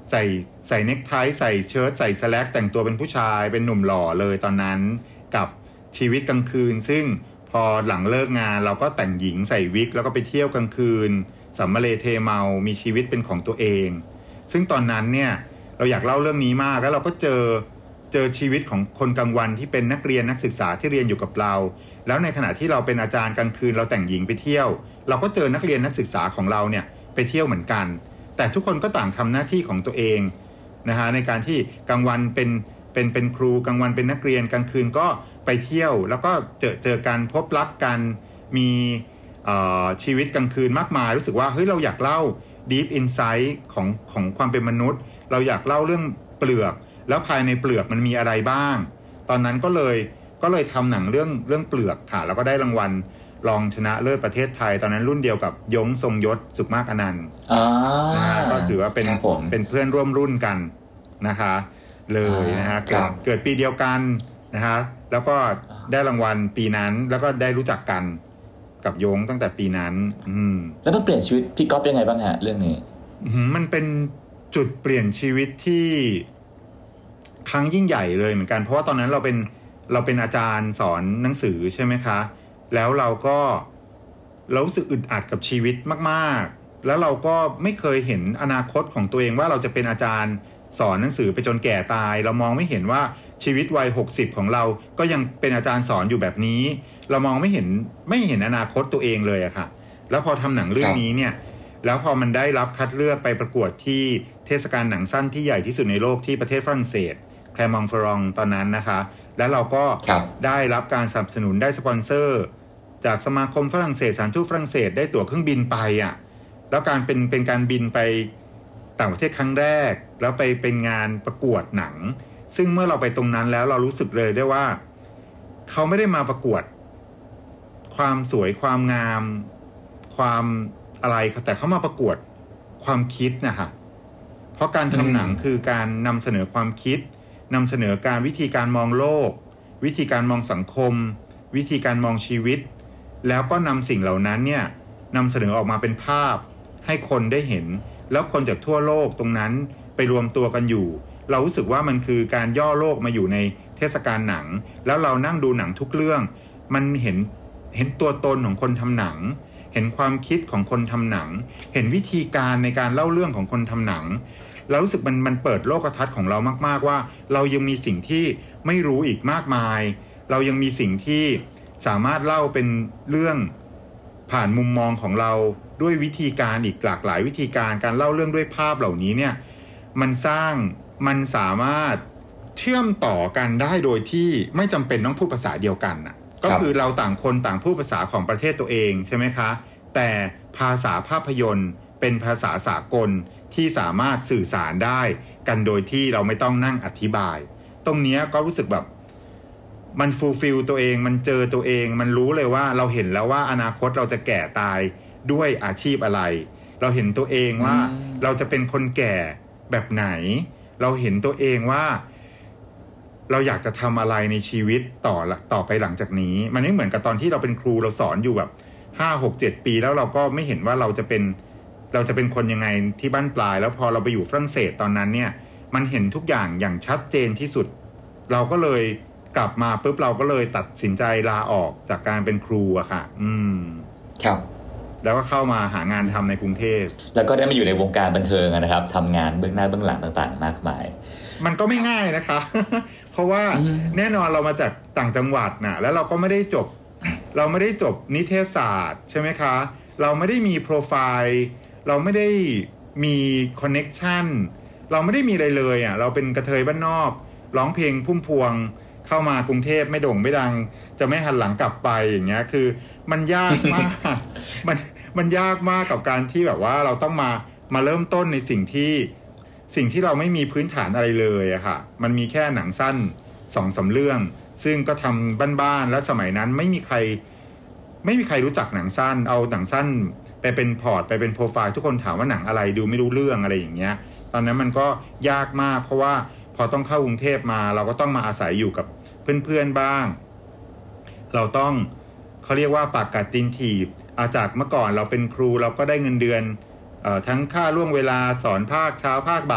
ใส่ใส่เนคไทใส่เชิ้ตใส่สแล็กแต่งตัวเป็นผู้ชายเป็นหนุ่มหล่อเลยตอนนั้นกับชีวิตกลางคืนซึ่งพอหลังเลิกงานเราก็แต่งหญิงใส่วิกแล้วก็ไปเที่ยวกลางคืนสัมมะเลเทเมามีชีวิตเป็นของตัวเองซึ่งตอนนั้นเนี่ยเราอยากเล่าเรื่องนี้มากแล้วเราก็เจอเจอชีวิตของคนกลางวันที่เป็นนักเรียนนักศึกษาที่เรียนอยู่กับเราแล้วในขณะที่เราเป็นอาจารย์กลางคืนเราแต่งหญิงไปเที่ยวเราก็เจอนักเรียนนักศึกษาของเราเนี่ยไปเที่ยวเหมือนกันแต่ทุกคนก็ต่างทำหน้าที่ของตัวเองนะฮะในการที่กลางวันเป็นเป็นเป็นครูกลางวันเป็นนักเรียนกลางคืนก็ไปเที่ยวแล้วก็เจอเจอกันพบรักกันมีชีวิตกลางคืนมากมายรู้สึกว่าเฮ้ยเราอยากเล่า deep insight ของของความเป็นมนุษย์เราอยากเล่าเรื่องเปลือกแล้วภายในเปลือกมันมีอะไรบ้างตอนนั้นก็เลยก็เลยทำหนังเรื่องเรื่องเปลือกค่ะแล้วก็ได้รางวัลรองชนะเลิศประเทศไทยตอนนั้นรุ่นเดียวกับยงทรงยศสุขมากอนันต์นะฮะก็ถือว่าเป็นเป็นเพื่อนร่วมรุ่นกันนะคะเลยนะฮะเกิดเกิดปีเดียวกันนะฮะแล้วก็ได้รางวัลปีนั้นแล้วก็ได้รู้จักกันกับยงตั้งแต่ปีนั้นอืมแล้วมันเปลี่ยนชีวิตพี่ก๊อฟยังไงบ้างฮะเรื่องนี้มันเป็นจุดเปลี่ยนชีวิตที่ครั้งยิ่งใหญ่เลยเหมือนกันเพราะว่าตอนนั้นเราเป็นเราเป็นอาจารย์สอนหนังสือใช่ไหมคะแล้วเราก็เรารู้สึกอึดอัดกับชีวิตมากๆแล้วเราก็ไม่เคยเห็นอนาคตของตัวเองว่าเราจะเป็นอาจารย์สอนหนังสือไปจนแก่ตายเรามองไม่เห็นว่าชีวิตวัยหกสิบของเราก็ยังเป็นอาจารย์สอนอยู่แบบนี้เรามองไม่เห็นไม่เห็นอนาคตตัวเองเลยอะค่ะแล้วพอทำหนังเรื่องนี้เนี่ยแล้วพอมันได้รับคัดเลือกไปประกวดที่เทศกาลหนังสั้นที่ใหญ่ที่สุดในโลกที่ประเทศฝรั่งเศสแคลมองฟรองตอนนั้นนะคะแล้วเราก็ได้รับการสนับสนุนได้สปอนเซอร์จากสมาคมฝรั่งเศสสถานทูตฝรั่งเศสได้ตั๋วเครื่องบินไปอ่ะแล้วการเป็นเป็นการบินไปต่างประเทศครั้งแรกแล้วไปเป็นงานประกวดหนังซึ่งเมื่อเราไปตรงนั้นแล้วเรารู้สึกเลยได้ว่าเขาไม่ได้มาประกวดความสวยความงามความอะไรแต่เขามาประกวดความคิดนะคะเพราะการทำหนังคือการนำเสนอความคิดนำเสนอการวิธีการมองโลกวิธีการมองสังคมวิธีการมองชีวิตแล้วก็นำสิ่งเหล่านั้นเนี่ยนำเสนอออกมาเป็นภาพให้คนได้เห็นแล้วคนจากทั่วโลกตรงนั้นไปรวมตัวกันอยู่เรารู้สึกว่ามันคือการย่อโลกมาอยู่ในเทศกาลหนังแล้วเรานั่งดูหนังทุกเรื่องมันเห็นเห็นตัวตนของคนทำหนังเห็นความคิดของคนทำหนังเห็นวิธีการในการเล่าเรื่องของคนทำหนังเรารู้สึกมันมันเปิดโลกทัศน์ของเรามากๆว่าเรายังมีสิ่งที่ไม่รู้อีกมากมายเรายังมีสิ่งที่สามารถเล่าเป็นเรื่องผ่านมุมมองของเราด้วยวิธีการอีกหลากหลายวิธีการการเล่าเรื่องด้วยภาพเหล่านี้เนี่ยมันสร้างมันสามารถเชื่อมต่อกันได้โดยที่ไม่จำเป็นต้องพูดภาษาเดียวกันน่ะก็คือเราต่างคนต่างพูดภาษาของประเทศตัวเองใช่ไหมคะแต่ภาษาภาพยนตร์เป็นภาษาสากลที่สามารถสื่อสารได้กันโดยที่เราไม่ต้องนั่งอธิบายตรงนี้ก็รู้สึกแบบมันฟูลฟิลตัวเองมันเจอตัวเองมันรู้เลยว่าเราเห็นแล้วว่าอนาคตเราจะแก่ตายด้วยอาชีพอะไรเราเห็นตัวเองว่าเราจะเป็นคนแก่แบบไหนเราเห็นตัวเองว่าเราอยากจะทำอะไรในชีวิตต่อต่อไปหลังจากนี้มันไม่เหมือนกับตอนที่เราเป็นครูเราสอนอยู่แบบห้า หก เจ็ดปีแล้วเราก็ไม่เห็นว่าเราจะเป็นเราจะเป็นคนยังไงที่บ้านปลายแล้วพอเราไปอยู่ฝรั่งเศสตอนนั้นเนี่ยมันเห็นทุกอย่างอย่างชัดเจนที่สุดเราก็เลยกลับมาปุ๊บเราก็เลยตัดสินใจลาออกจากการเป็นครูอะค่ะอืมครับแล้วก็เข้ามาหางานทำในกรุงเทพแล้วก็ได้มาอยู่ในวงการบันเทิงนะครับทำงานเบื้องหน้าเบื้องหลังต่างๆมากมายมันก็ไม่ง่ายนะคะ เพราะว่าแน่นอนเรามาจากต่างจังหวัดน่ะแล้วเราก็ไม่ได้จบเราไม่ได้จบนิเทศศาสตร์ใช่ไหมคะเราไม่ได้มีโปรไฟล์เราไม่ได้มีคอนเน็กชันเราไม่ได้มีอะไรเลยอ่ะเราเป็นกระเทยบ้านนอกร้องเพลงพุ่มพวงเข้ามากรุงเทพไม่โด่งไม่ดังจะไม่หันหลังกลับไปอย่างเงี้ยคือมันยากมาก มันมันยากมากกับการที่แบบว่าเราต้องมามาเริ่มต้นในสิ่งที่สิ่งที่เราไม่มีพื้นฐานอะไรเลยอะค่ะมันมีแค่หนังสั้น สองสาม เรื่องซึ่งก็ทำบ้านๆและสมัยนั้นไม่มีใครไม่มีใครรู้จักหนังสั้นเอาหนังสั้นไปเป็นพอร์ตไปเป็นโปรไฟล์ทุกคนถามว่าหนังอะไรดูไม่รู้เรื่องอะไรอย่างเงี้ยตอนนั้นมันก็ยากมากเพราะว่าพอต้องเข้ากรุงเทพมาเราก็ต้องมาอาศัยอยู่กับเพื่อนๆบ้างเราต้องเขาเรียกว่าปากกัดตีนถีบอาจากเมื่อก่อนเราเป็นครูเราก็ได้เงินเดือนเอ่อทั้งค่าล่วงเวลาสอนภาคเช้าภาคบ่าย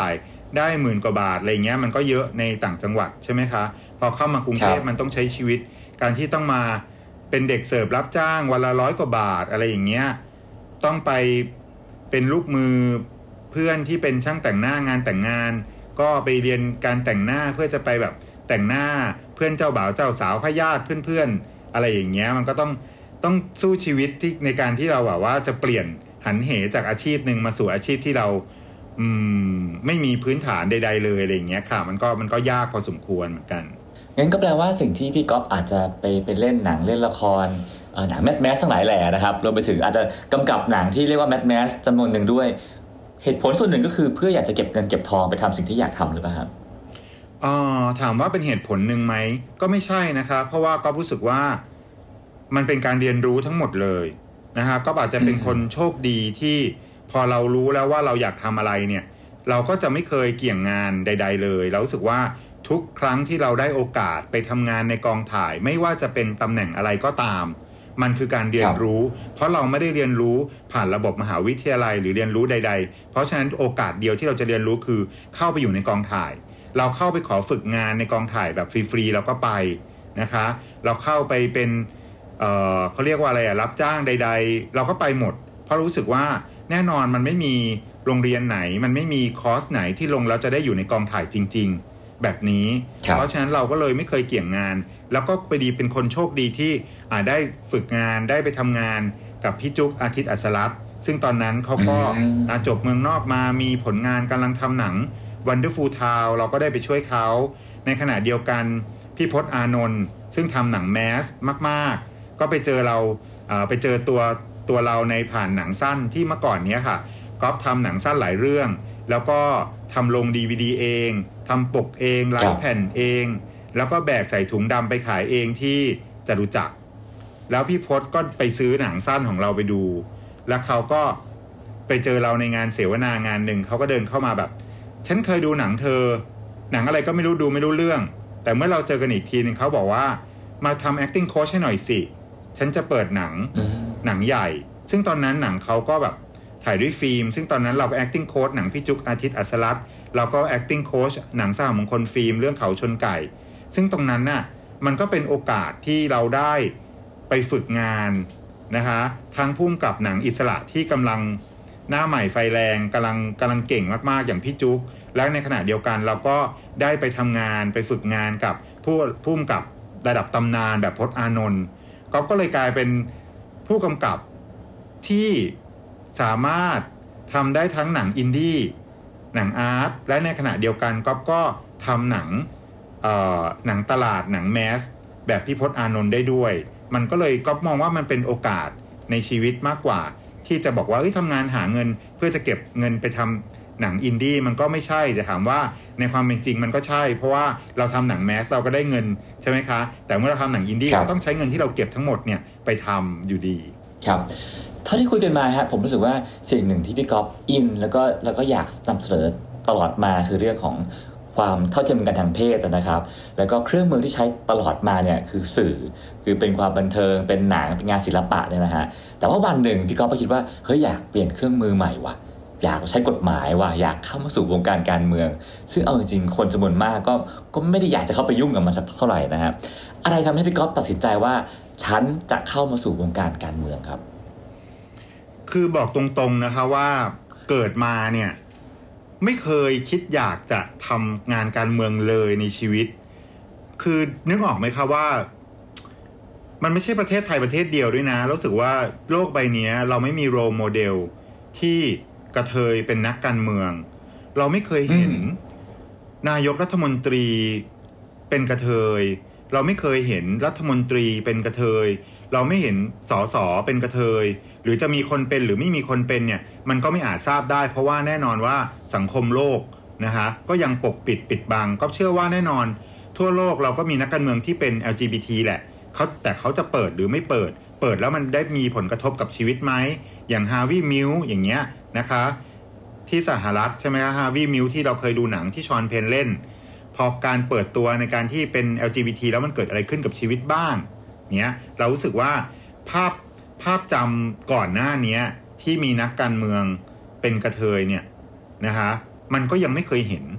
ได้หมื่นกว่าบาทอะไรเงี้ยมันก็เยอะในต่างจังหวัดใช่ไหมคะพอเข้ามากรุงเทพมันต้องใช้ชีวิตการที่ต้องมาเป็นเด็กเสิร์ฟรับจ้างวันละร้อยกว่าบาทอะไรอย่างเงี้ยต้องไปเป็นลูกมือเพื่อนที่เป็นช่างแต่งหน้างานแต่งงานก็ไปเรียนการแต่งหน้าเพื่อจะไปแบบแต่งหน้าเพื่อนเจ้าบ่าวเจ้าสาวพญาติเพื่อนๆอะไรอย่างเงี้ยมันก็ต้องต้องสู้ชีวิตที่ในการที่เราแบบว่าจะเปลี่ยนหันเหจากอาชีพนึงมาสู่อาชีพที่เราอืมไม่มีพื้นฐานใดๆเลยอะไรอย่างเงี้ยค่ะมันก็มันก็ยากพอสมควรเหมือนกันงั้นก็แปลว่าสิ่งที่พี่ก๊อฟอาจจะไปไปเล่นหนังเล่นละครหนังแมสแมสทั้งหลายแหล่นะครับรวมไปถึงอาจจะกำกับหนังที่เรียกว่าแมสแมสจำนวนหนึ่งด้วยเหตุผลส่วนหนึ่งก็คือเพื่ออยากจะเก็บเงินเก็บทองไปทำสิ่งที่อยากทำหรือเปล่าครับอ๋อถามว่าเป็นเหตุผลหนึ่งไหมก็ไม่ใช่นะครับเพราะว่าก็รู้สึกว่ามันเป็นการเรียนรู้ทั้งหมดเลยนะครับก็อาจจะเป็นคนโชคดีที่พอเรารู้แล้วว่าเราอยากทำอะไรเนี่ยเราก็จะไม่เคยเกี่ยงงานใดๆเลยเรารู้สึกว่าทุกครั้งที่เราได้โอกาสไปทำงานในกองถ่ายไม่ว่าจะเป็นตำแหน่งอะไรก็ตามมันคือการเรียนรู้เพราะเราไม่ได้เรียนรู้ผ่านระบบมหาวิทยาลัยหรือเรียนรู้ใดๆเพราะฉะนั้นโอกาสเดียวที่เราจะเรียนรู้คือเข้าไปอยู่ในกองถ่ายเราเข้าไปขอฝึกงานในกองถ่ายแบบฟรีๆเราก็ไปนะคะเราเข้าไปเป็นเอ่อเขาเรียกว่าอะไรอะรับจ้างใดๆเราก็ไปหมดเพราะรู้สึกว่าแน่นอนมันไม่มีโรงเรียนไหนมันไม่มีคอร์สไหนที่ลงแล้วจะได้อยู่ในกองถ่ายจริงๆแบบนี้เพราะฉะนั้นเราก็เลยไม่เคยเกี่ยงงานแล้วก็ไปดีเป็นคนโชคดีที่อ่าได้ฝึกงานได้ไปทำงานกับพี่จุ๊กอาทิตย์อัศรัตน์ซึ่งตอนนั้นเขาก็จบเมืองนอกมามีผลงานกำลังทำหนัง Wonderful Town เราก็ได้ไปช่วยเขาในขณะเดียวกันพี่พจน์อานนท์ซึ่งทำหนังแมสมากๆก็ไปเจอเราไปเจอตัวตัวเราในผ่านหนังสั้นที่เมื่อก่อนนี้ค่ะก๊อฟทำหนังสั้นหลายเรื่องแล้วก็ทำลง ดี วี ดี เองทำปกเองไลฟ์แผ่นเองแล้วก็แบกใส่ถุงดำไปขายเองที่จตุจักรแล้วพี่พจน์ก็ไปซื้อหนังสั้นของเราไปดูแล้วเขาก็ไปเจอเราในงานเสวนางานหนึ่งเขาก็เดินเข้ามาแบบฉันเคยดูหนังเธอหนังอะไรก็ไม่รู้ดูไม่รู้เรื่องแต่เมื่อเราเจอกันอีกทีนึงเขาบอกว่ามาทำ acting coach ให้หน่อยสิฉันจะเปิดหนัง หนังใหญ่ซึ่งตอนนั้นหนังเขาก็แบบถ่ายด้วยฟิล์มซึ่งตอนนั้นเราก็ acting coach หนังพี่จุ๊กอาทิตย์อัศรัตน์เราก็ acting coach หนังสหมงคลฟิล์มเรื่องเขาชนไก่ซึ่งตรงนั้นน่ะมันก็เป็นโอกาสที่เราได้ไปฝึกงานนะคะทั้งพุ่มกับหนังอิสระที่กำลังหน้าใหม่ไฟแรงกำลังกำลังเก่งมากๆอย่างพี่จุ๊กและในขณะเดียวกันเราก็ได้ไปทำงานไปฝึกงานกับผู้พุ่มกับระดับตำนานแบบพจน์อานนท์ก็ก็เลยกลายเป็นผู้กำกับที่สามารถทำได้ทั้งหนังอินดี้หนังอาร์ตและในขณะเดียวกันก๊อฟก็ทำหนังเอ่อหนังตลาดหนังแมสแบบพี่พจน์อานนท์ได้ด้วยมันก็เลยก๊อฟมองว่ามันเป็นโอกาสในชีวิตมากกว่าที่จะบอกว่าเฮ้ยทำงานหาเงินเพื่อจะเก็บเงินไปทำหนังอินดี้มันก็ไม่ใช่แต่ถามว่าในความเป็นจริงมันก็ใช่เพราะว่าเราทำหนังแมสเราก็ได้เงินใช่ไหมคะแต่เมื่อเราทำหนังอินดี้เราต้องใช้เงินที่เราเก็บทั้งหมดเนี่ยไปทำอยู่ดีครับเท่าที่คุยกันมาครับผมรู้สึกว่าสิ่งหนึ่งที่พี่ก๊อฟอินแล้วก็แล้วก็อยากนำเสนอตลอดมาคือเรื่องของความเท่าเทียมกันทางเพศนะครับแล้วก็เครื่องมือที่ใช้ตลอดมาเนี่ยคือสื่อคือเป็นความบันเทิงเป็นหนังเป็นงานศิลปะเนี่ยนะฮะแต่ว่าวันหนึ่งพี่ก๊อฟก็คิดว่าเฮ้ยอยากเปลี่ยนเครื่องมือใหม่ว่ะอยากใช้กฎหมายว่ะอยากเข้ามาสู่วงการการเมืองซึ่งเอาจริงๆคนจำนวนมากก็ก็ไม่ได้อยากจะเข้าไปยุ่งกับมันสักเท่าไหร่นะฮะอะไรทำให้พี่ก๊อฟตัดสินใจว่าฉันจะเข้ามาสู่วงการการเมืองครับคือบอกตรงๆนะคะว่าเกิดมาเนี่ยไม่เคยคิดอยากจะทำงานการเมืองเลยในชีวิตคือนึกออกไหมคะว่ามันไม่ใช่ประเทศไทยประเทศเดียวด้วยนะรู้สึกว่าโลกใบนี้เราไม่มีโรลโมเดลที่กระเทยเป็นนักการเมืองเราไม่เคยเห็นนายกรัฐมนตรีเป็นกระเทยเราไม่เคยเห็นรัฐมนตรีเป็นกระเทยเราไม่เห็นสสเป็นกระเทยหรือจะมีคนเป็นหรือไม่มีคนเป็นเนี่ยมันก็ไม่อาจทราบได้เพราะว่าแน่นอนว่าสังคมโลกนะคะก็ยังปกปิดปิดบังก็เชื่อว่าแน่นอนทั่วโลกเราก็มีนักการเมืองที่เป็น แอล จี บี ที แหละเขาแต่เขาจะเปิดหรือไม่เปิดเปิดแล้วมันได้มีผลกระทบกับชีวิตไหมอย่างฮาร์วีย์มิลอย่างเงี้ยนะคะที่สหรัฐใช่ไหมฮะฮาร์วีย์มิลที่เราเคยดูหนังที่ชอนเพนเล่นพอการเปิดตัวในการที่เป็น แอล จี บี ที แล้วมันเกิดอะไรขึ้นกับชีวิตบ้างเนี้ยเรารู้สึกว่าภาพภาพจำก่อนหน้านี้ที่มีนักการเมืองเป็นกระเทยเนี่ยนะคะมันก็ยังไม่เคยเห็น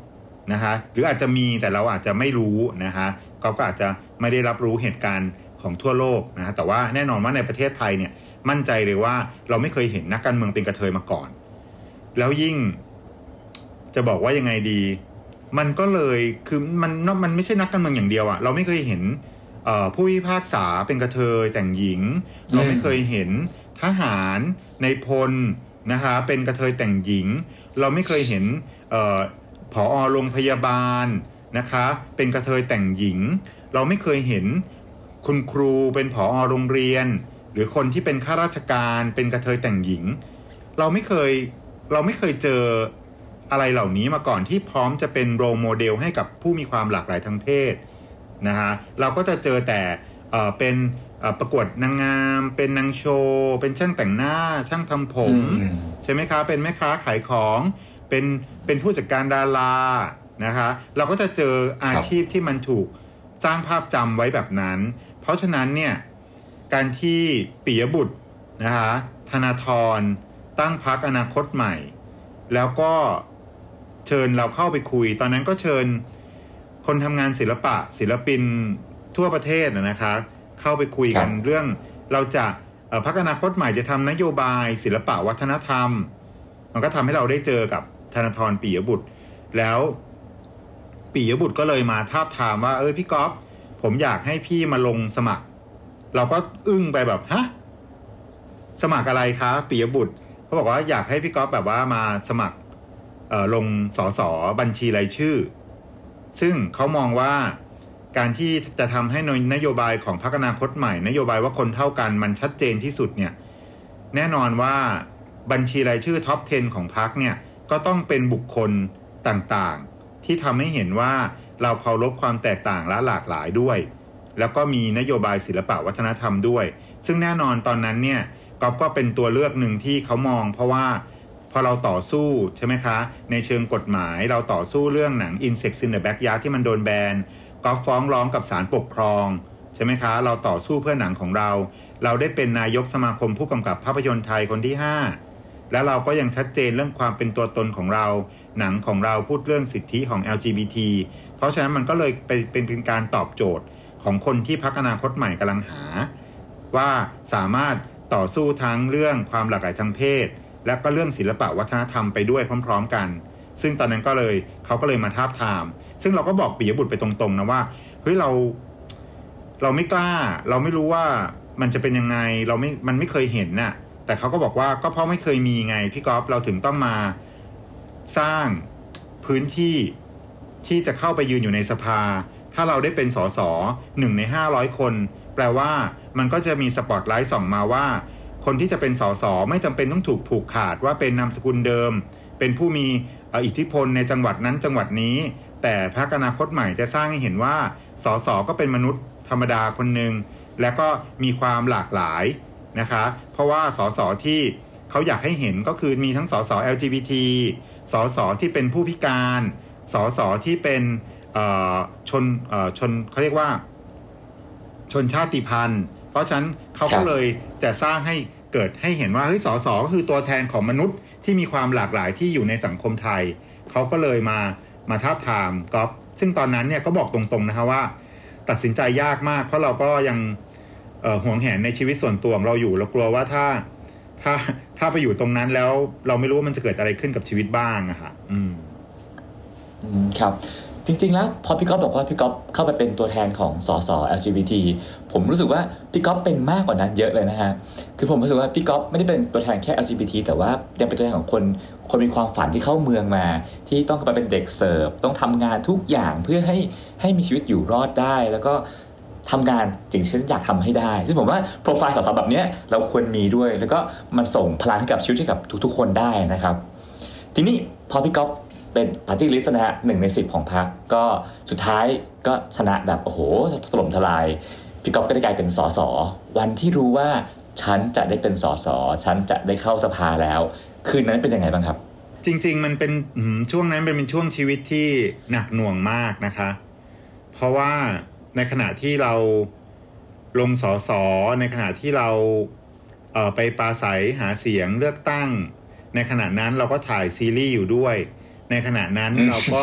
นะคะหรืออาจจะมีแต่เราอาจจะไม่รู้นะคะก็ก็อาจจะไม่ได้รับรู้เหตุการณ์ของทั่วโลกนะแต่ว่าแน่นอนว่าในประเทศไทยเนี่ยมั่นใจเลยว่าเราไม่เคยเห็นนักการเมืองเป็นกระเทยมาก่อนแล้วยิ่งจะบอกว่ายังไงดีมันก็เลยคือมันมันไม่ใช่นักการเมืองอย่างเดียวอะเราไม่เคยเห็นผู้พิพากษาเป็นกระเทยแต่งหญิงเราไม่เคยเห็นทหารในพลนะคะเป็นกระเทยแต่งหญิงเราไม่เคยเห็นผอ.โรงพยาบาลนะคะเป็นกระเทยแต่งหญิงเราไม่เคยเห็นคุณครูเป็นผอ.โรงเรียนหรือคนที่เป็นข้าราชการเป็นกระเทยแต่งหญิงเราไม่เคยเราไม่เคยเจออะไรเหล่านี้มาก่อนที่พร้อมจะเป็นโรลโมเดลให้กับผู้มีความหลากหลายทางเพศนะฮะเราก็จะเจอแต่เอ่อเป็นเอ่อประกวดนางงามเป็นนางโชว์เป็นช่างแต่งหน้าช่างทำผมใช่ไหมคะเป็นแม่ค้าขายของเป็นเป็นผู้จัดการดารานะคะเราก็จะเจออาชีพที่มันถูกสร้างภาพจำไว้แบบนั้นเพราะฉะนั้นเนี่ยการที่ปิยบุตรนะคะธนาธรตั้งพรรคอนาคตใหม่แล้วก็เชิญเราเข้าไปคุยตอนนั้นก็เชิญคนทำงานศิลปะศิลปินทั่วประเทศนะคะเข้าไปคุยกันเรื่องเราจะพรรคอนาคตใหม่จะทำนโยบายศิลปะวัฒนธรรมมันก็ทำให้เราได้เจอกับธนาธรปิยบุตรแล้วปิยบุตรก็เลยมาทาบทามว่าเออพี่ก๊อฟผมอยากให้พี่มาลงสมัครเราก็อึ้งไปแบบฮะสมัครอะไรคะปิยบุตรเขาบอกว่าอยากให้พี่ก๊อฟแบบว่ามาสมัครเอ่อลงสสบัญชีรายชื่อซึ่งเขามองว่าการที่จะทำให้นโยบายของพรรคอนาคตใหม่นโยบายว่าคนเท่ากันมันชัดเจนที่สุดเนี่ยแน่นอนว่าบัญชีรายชื่อท็อปสิบของพรรคเนี่ยก็ต้องเป็นบุคคลต่างๆที่ทำให้เห็นว่าเราเคารพความแตกต่างและหลากหลายด้วยแล้วก็มีนโยบายศิลปะวัฒนธรรมด้วยซึ่งแน่นอนตอนนั้นเนี่ยก๊อฟก็เป็นตัวเลือกหนึ่งที่เขามองเพราะว่าพอเราต่อสู้ใช่ไหมคะในเชิงกฎหมายเราต่อสู้เรื่องหนัง Insect in the Backyard ที่มันโดนแบนก๊อฟฟ้องร้องกับศาลปกครองใช่ไหมคะเราต่อสู้เพื่อหนังของเราเราได้เป็นนายกสมาคมผู้กำกับภาพยนตร์ไทยคนที่ห้าแล้วเราก็ยังชัดเจนเรื่องความเป็นตัวตนของเราหนังของเราพูดเรื่องสิทธิของ แอล จี บี ที เพราะฉะนั้นมันก็เลยเป็นเป็นการตอบโจทย์ของคนที่พรรคอนาคตใหม่กำลังหาว่าสามารถต่อสู้ทั้งเรื่องความหลากหลายทางเพศและก็เรื่องศิลปะวัฒนธรรมไปด้วยพร้อมๆกันซึ่งตอนนั้นก็เลยเขาก็เลยมาทาบทามซึ่งเราก็บอกปิยบุตรไปตรงๆนะว่าเฮ้ยเราเราไม่กล้าเราไม่รู้ว่ามันจะเป็นยังไงเราไม่มันไม่เคยเห็นน่ะแต่เขาก็บอกว่าก็เพราะไม่เคยมีไงพี่ก๊อฟเราถึงต้องมาสร้างพื้นที่ที่จะเข้าไปยืนอยู่ในสภาถ้าเราได้เป็นสสหนึ่งในห้าร้อยคนแปลว่ามันก็จะมีสปอตไลท์ส่องมาว่าคนที่จะเป็นสสไม่จำเป็นต้องถูกผูกขาดว่าเป็นนามสกุลเดิมเป็นผู้มีอิทธิพลในจังหวัดนั้นจังหวัดนี้แต่พรรคอนาคตใหม่จะสร้างให้เห็นว่าสสก็เป็นมนุษย์ธรรมดาคนหนึ่งและก็มีความหลากหลายนะคะเพราะว่าสสที่เขาอยากให้เห็นก็คือมีทั้งสส แอล จี บี ที สสที่เป็นผู้พิการสสที่เป็นชนชนเขาเรียกว่าชนชาติพันธุ์เพราะฉะนั้นเขาก็เลยจะสร้างให้เกิดให้เห็นว่าเฮ้ยสสก็คือตัวแทนของมนุษย์ที่มีความหลากหลายที่อยู่ในสังคมไทยเขาก็เลยมามาทาบทามก๊อฟซึ่งตอนนั้นเนี่ยก็บอกตรงๆนะคะว่าตัดสินใจยากมากเพราะเราก็ยังเอ่อหวงแหนในชีวิตส่วนตัวของเราอยู่เรากลัวว่าถ้าถ้าถ้าไปอยู่ตรงนั้นแล้วเราไม่รู้ว่ามันจะเกิดอะไรขึ้นกับชีวิตบ้างอะค่ะอืมอืมครับจริงๆแล้วพอพี่ก๊อฟบอกว่าพี่ก๊อฟเข้าไปเป็นตัวแทนของสส แอล จี บี ที ผมรู้สึกว่าพี่ก๊อฟเป็นมากกว่านั้นเยอะเลยนะฮะคือผมรู้สึกว่าพี่ก๊อฟไม่ได้เป็นตัวแทนแค่ แอล จี บี ที แต่ว่ายังเป็นตัวแทนของคนคนมีความฝันที่เข้าเมืองมาที่ต้องไปเป็นเด็กเสิร์ฟต้องทำงานทุกอย่างเพื่อให้ให้มีชีวิตอยู่รอดได้แล้วก็ทำงานสิ่งที่ฉันอยากทำให้ได้ซึ่งผมว่าโปรไฟล์สสแบบนี้เราควรมีด้วยแล้วก็มันส่งพลังให้กับชีวิตให้กับทุกๆคนได้นะครับทีนี้พอพี่ก๊อฟเป็นปาร์ตี้ลิสต์นะฮะหนึ่งในสิบของพรรคก็สุดท้ายก็ชนะแบบโอ้โหถล่มทลายพี่ก๊อฟก็ได้กลายเป็นสสวันที่รู้ว่าฉันจะได้เป็นสสฉันจะได้เข้าสภาแล้วคืนนั้นเป็นยังไงบ้างครับจริงๆมันเป็นช่วงนั้นเป็นช่วงชีวิตที่หนักหน่วงมากนะคะเพราะว่าในขณะที่เราลงสสในขณะที่เราเอ่อไปปราศัยหาเสียงเลือกตั้งในขณะนั้นเราก็ถ่ายซีรีส์อยู่ด้วยในขณะนั้นเราก็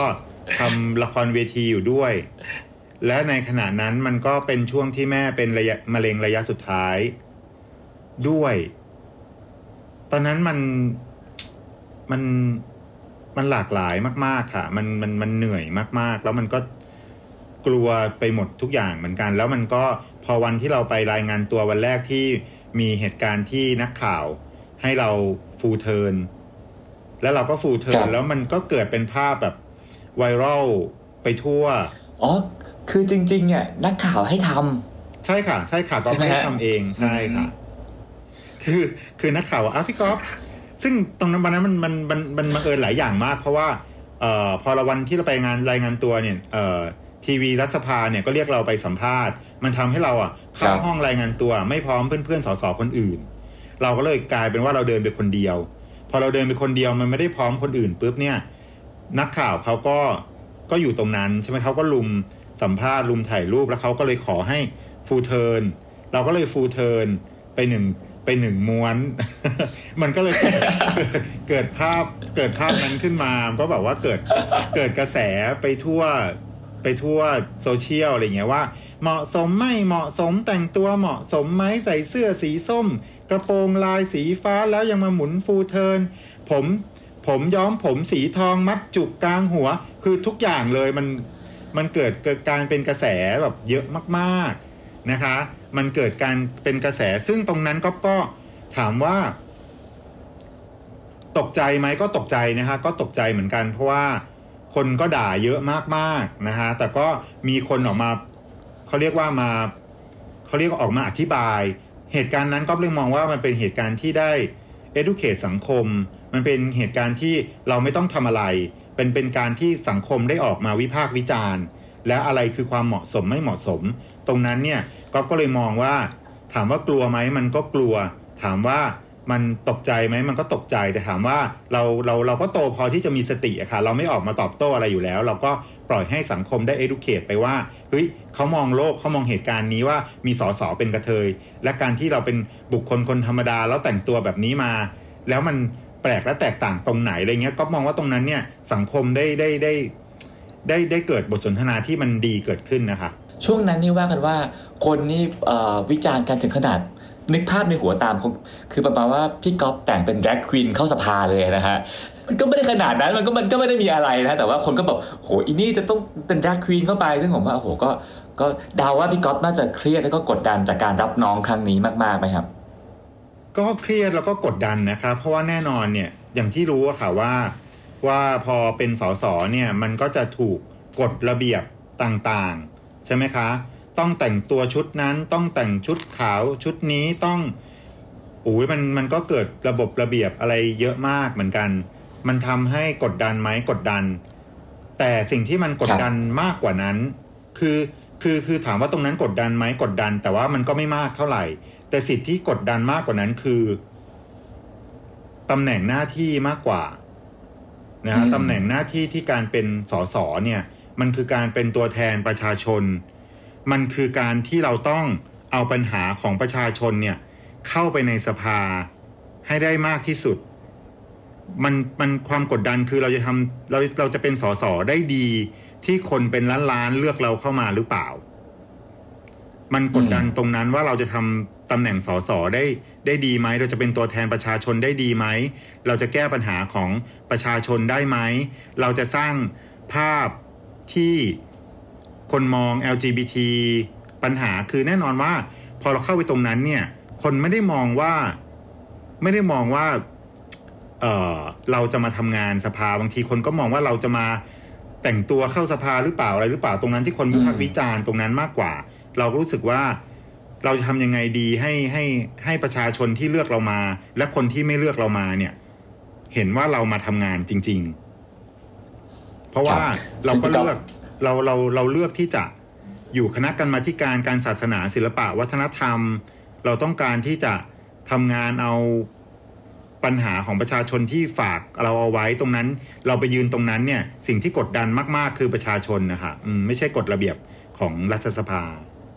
ทำละครเวทีอยู่ด้วยและในขณะนั้นมันก็เป็นช่วงที่แม่เป็นระยะมะเร็งระยะสุดท้ายด้วยตอนนั้นมันมันมันหลากหลายมากๆค่ะมันมันมันเหนื่อยมากๆแล้วมันก็กลัวไปหมดทุกอย่างเหมือนกันแล้วมันก็พอวันที่เราไปรายงานตัววันแรกที่มีเหตุการณ์ที่นักข่าวให้เราฟูลเทิร์นแล้วเราก็ฟูลเทิร์นแล้วมันก็เกิดเป็นภาพแบบไวรัลไปทั่วอ๋อคือจริงๆเนี่ยนักข่าวให้ทำใช่ค่ะใช่ค่ะก็ไม่ได้ทำเองใช่ค่ะคือคือนักข่าวว่าอ้าวพี่ก๊อฟซึ่งตรงนั้นวันนั้นมันมันมันมันบังเอิญหลายอย่างมากเพราะว่าเอ่อพอละวันที่เราไปงานรายงานตัวเนี่ยเอ่อทีวีรัฐสภาเนี่ยก็เรียกเราไปสัมภาษณ์มันทำให้เราอ่ะเข้าห้องรายงานตัวไม่พร้อมเพื่อนๆสสคนอื่นเราก็เลยกลายเป็นว่าเราเดินไปคนเดียวพอเราเดินไปคนเดียวมันไม่ได้พร้อมคนอื่นปุ๊บเนี่ยนักข่าวเขาก็ก็อยู่ตรงนั้นใช่ไหมเขาก็ลุมสัมภาษณ์ลุมถ่ายรูปแล้วเขาก็เลยขอให้ฟูลเทิร์นเราก็เลยฟูลเทิร์นไปหนึ่งไปหนึ่งม้วน มันก็เลยเกิด เกิดภาพเกิดภาพนั้นขึ้นมาก็แบบว่าเกิดเกิดกระแสไปทั่วไปทั่วโซเชียลอะไรเงี้ยว่าเหมาะสมไม่เหมาะสมแต่งตัวเหมาะสมไหมใส่เสื้อสีส้มกระโปรงลายสีฟ้าแล้วยังมาหมุนฟูลเทิร์นผมผมย้อมผมสีทองมัดจุกกลางหัวคือทุกอย่างเลยมันมันเกิดเกิดการเป็นกระแสแบบเยอะมากๆนะคะมันเกิดการเป็นกระแสซึ่งตรงนั้นก็ก็ถามว่าตกใจไหมก็ตกใจนะคะก็ตกใจเหมือนกันเพราะว่าคนก็ด่าเยอะมากๆนะฮะแต่ก็มีคนออกมาเขาเรียกว่ามาเขาเรียกว่าออกมาอธิบายเหตุการณ์นั้นก็เลยมองว่ามันเป็นเหตุการณ์ที่ได้ educate สังคมมันเป็นเหตุการณ์ที่เราไม่ต้องทำอะไรเป็นเป็นการที่สังคมได้ออกมาวิพากษ์วิจารณ์และอะไรคือความเหมาะสมไม่เหมาะสมตรงนั้นเนี่ยก็ก็เลยมองว่าถามว่ากลัวไหมมันก็กลัวถามว่ามันตกใจไหมมันก็ตกใจแต่ถามว่าเราเราเราก็โตพอที่จะมีสติอะค่ะเราไม่ออกมาตอบโต้อะไรอยู่แล้วเราก็ปล่อยให้สังคมได้ educate ไปว่าเฮ้ยเขามองโลกเขามองเหตุการณ์นี้ว่ามีสสเป็นกระเทยและการที่เราเป็นบุคคลคนธรรมดาแล้วแต่งตัวแบบนี้มาแล้วมันแปลกและแตกต่างตรงไหนอะไรเงี้ยก็มองว่าตรงนั้นเนี่ยสังคมได้ได้ได้ได้ได้เกิดบทสนทนาที่มันดีเกิดขึ้นนะคะช่วงนั้นนี่ว่ากันว่าคนนี่วิจารณ์กันถึงขนาดนึกภาพในหัวตามคือประมาณว่าพี่ก๊อฟแต่งเป็นแดรกควีนเข้าสภาเลยนะฮะมันก็ไม่ได้ขนาดนั้นมันก็มันก็ไม่ได้มีอะไรนะแต่ว่าคนก็บอกโหอีนี่จะต้องเป็นแดรกควีนเข้าไปซึ่งผมว่าโอ้โหก็ก็เดาว่าพี่ก๊อฟน่าจะเครียดแล้วก็กดดันจากการรับน้องครั้งนี้มากๆไหมครับก็เครียดแล้วก็กดดันนะครับเพราะว่าแน่นอนเนี่ยอย่างที่รู้อะค่ะว่าว่าพอเป็นสสเนี่ยมันก็จะถูกกฎระเบียบต่างๆใช่ไหมคะต้องแต่งตัวชุดนั้นต้องแต่งชุดขาวชุดนี้ต้องโอ้ยมันมันก็เกิดระบบระเบียบอะไรเยอะมากเหมือนกันมันทำให้กดดันไหมกดดันแต่สิ่งที่มันกดดันมากกว่านั้นคือคือคือถามว่าตรงนั้นกดดันไหมกดดันแต่ว่ามันก็ไม่มากเท่าไหร่แต่สิ่งที่กดดันมากกว่านั้นคือตำแหน่งหน้าที่มากกว่านะตำแหน่งหน้าที่ที่การเป็นสสเนี่ยมันคือการเป็นตัวแทนประชาชนมันคือการที่เราต้องเอาปัญหาของประชาชนเนี่ยเข้าไปในสภาให้ได้มากที่สุดมันมันความกดดันคือเราจะทำเราเราจะเป็นสสได้ดีที่คนเป็นล้านๆเลือกเราเข้ามาหรือเปล่ามันกดดันตรงนั้นว่าเราจะทำตำแหน่งสสได้ได้ดีไหมเราจะเป็นตัวแทนประชาชนได้ดีไหมเราจะแก้ปัญหาของประชาชนได้ไหมเราจะสร้างภาพที่คนมอง แอล จี บี ที ปัญหาคือแน่นอนว่าพอเราเข้าไปตรงนั้นเนี่ยคนไม่ได้มองว่าไม่ได้มองว่าเอ่อเราจะมาทำงานสภาบางทีคนก็มองว่าเราจะมาแต่งตัวเข้าสภาหรือเปล่าอะไรหรือเปล่าตรงนั้นที่คนวิพากษ์วิจารณ์ตรงนั้นมากกว่าเรารู้สึกว่าเราจะทำยังไงดีให้ให้ให้ประชาชนที่เลือกเรามาและคนที่ไม่เลือกเรามาเนี่ยเห็นว่าเรามาทำงานจริงๆเพราะว่าเราก็เลือกเราเราเราเลือกที่จะอยู่คณะกรรมาธิการการศาสนาศิลปะวัฒนธรรมเราต้องการที่จะทำงานเอาปัญหาของประชาชนที่ฝากเราเอาไว้ตรงนั้นเราไปยืนตรงนั้นเนี่ยสิ่งที่กดดันมากๆคือประชาชนนะคะอืมไม่ใช่กฎระเบียบของรัฐสภา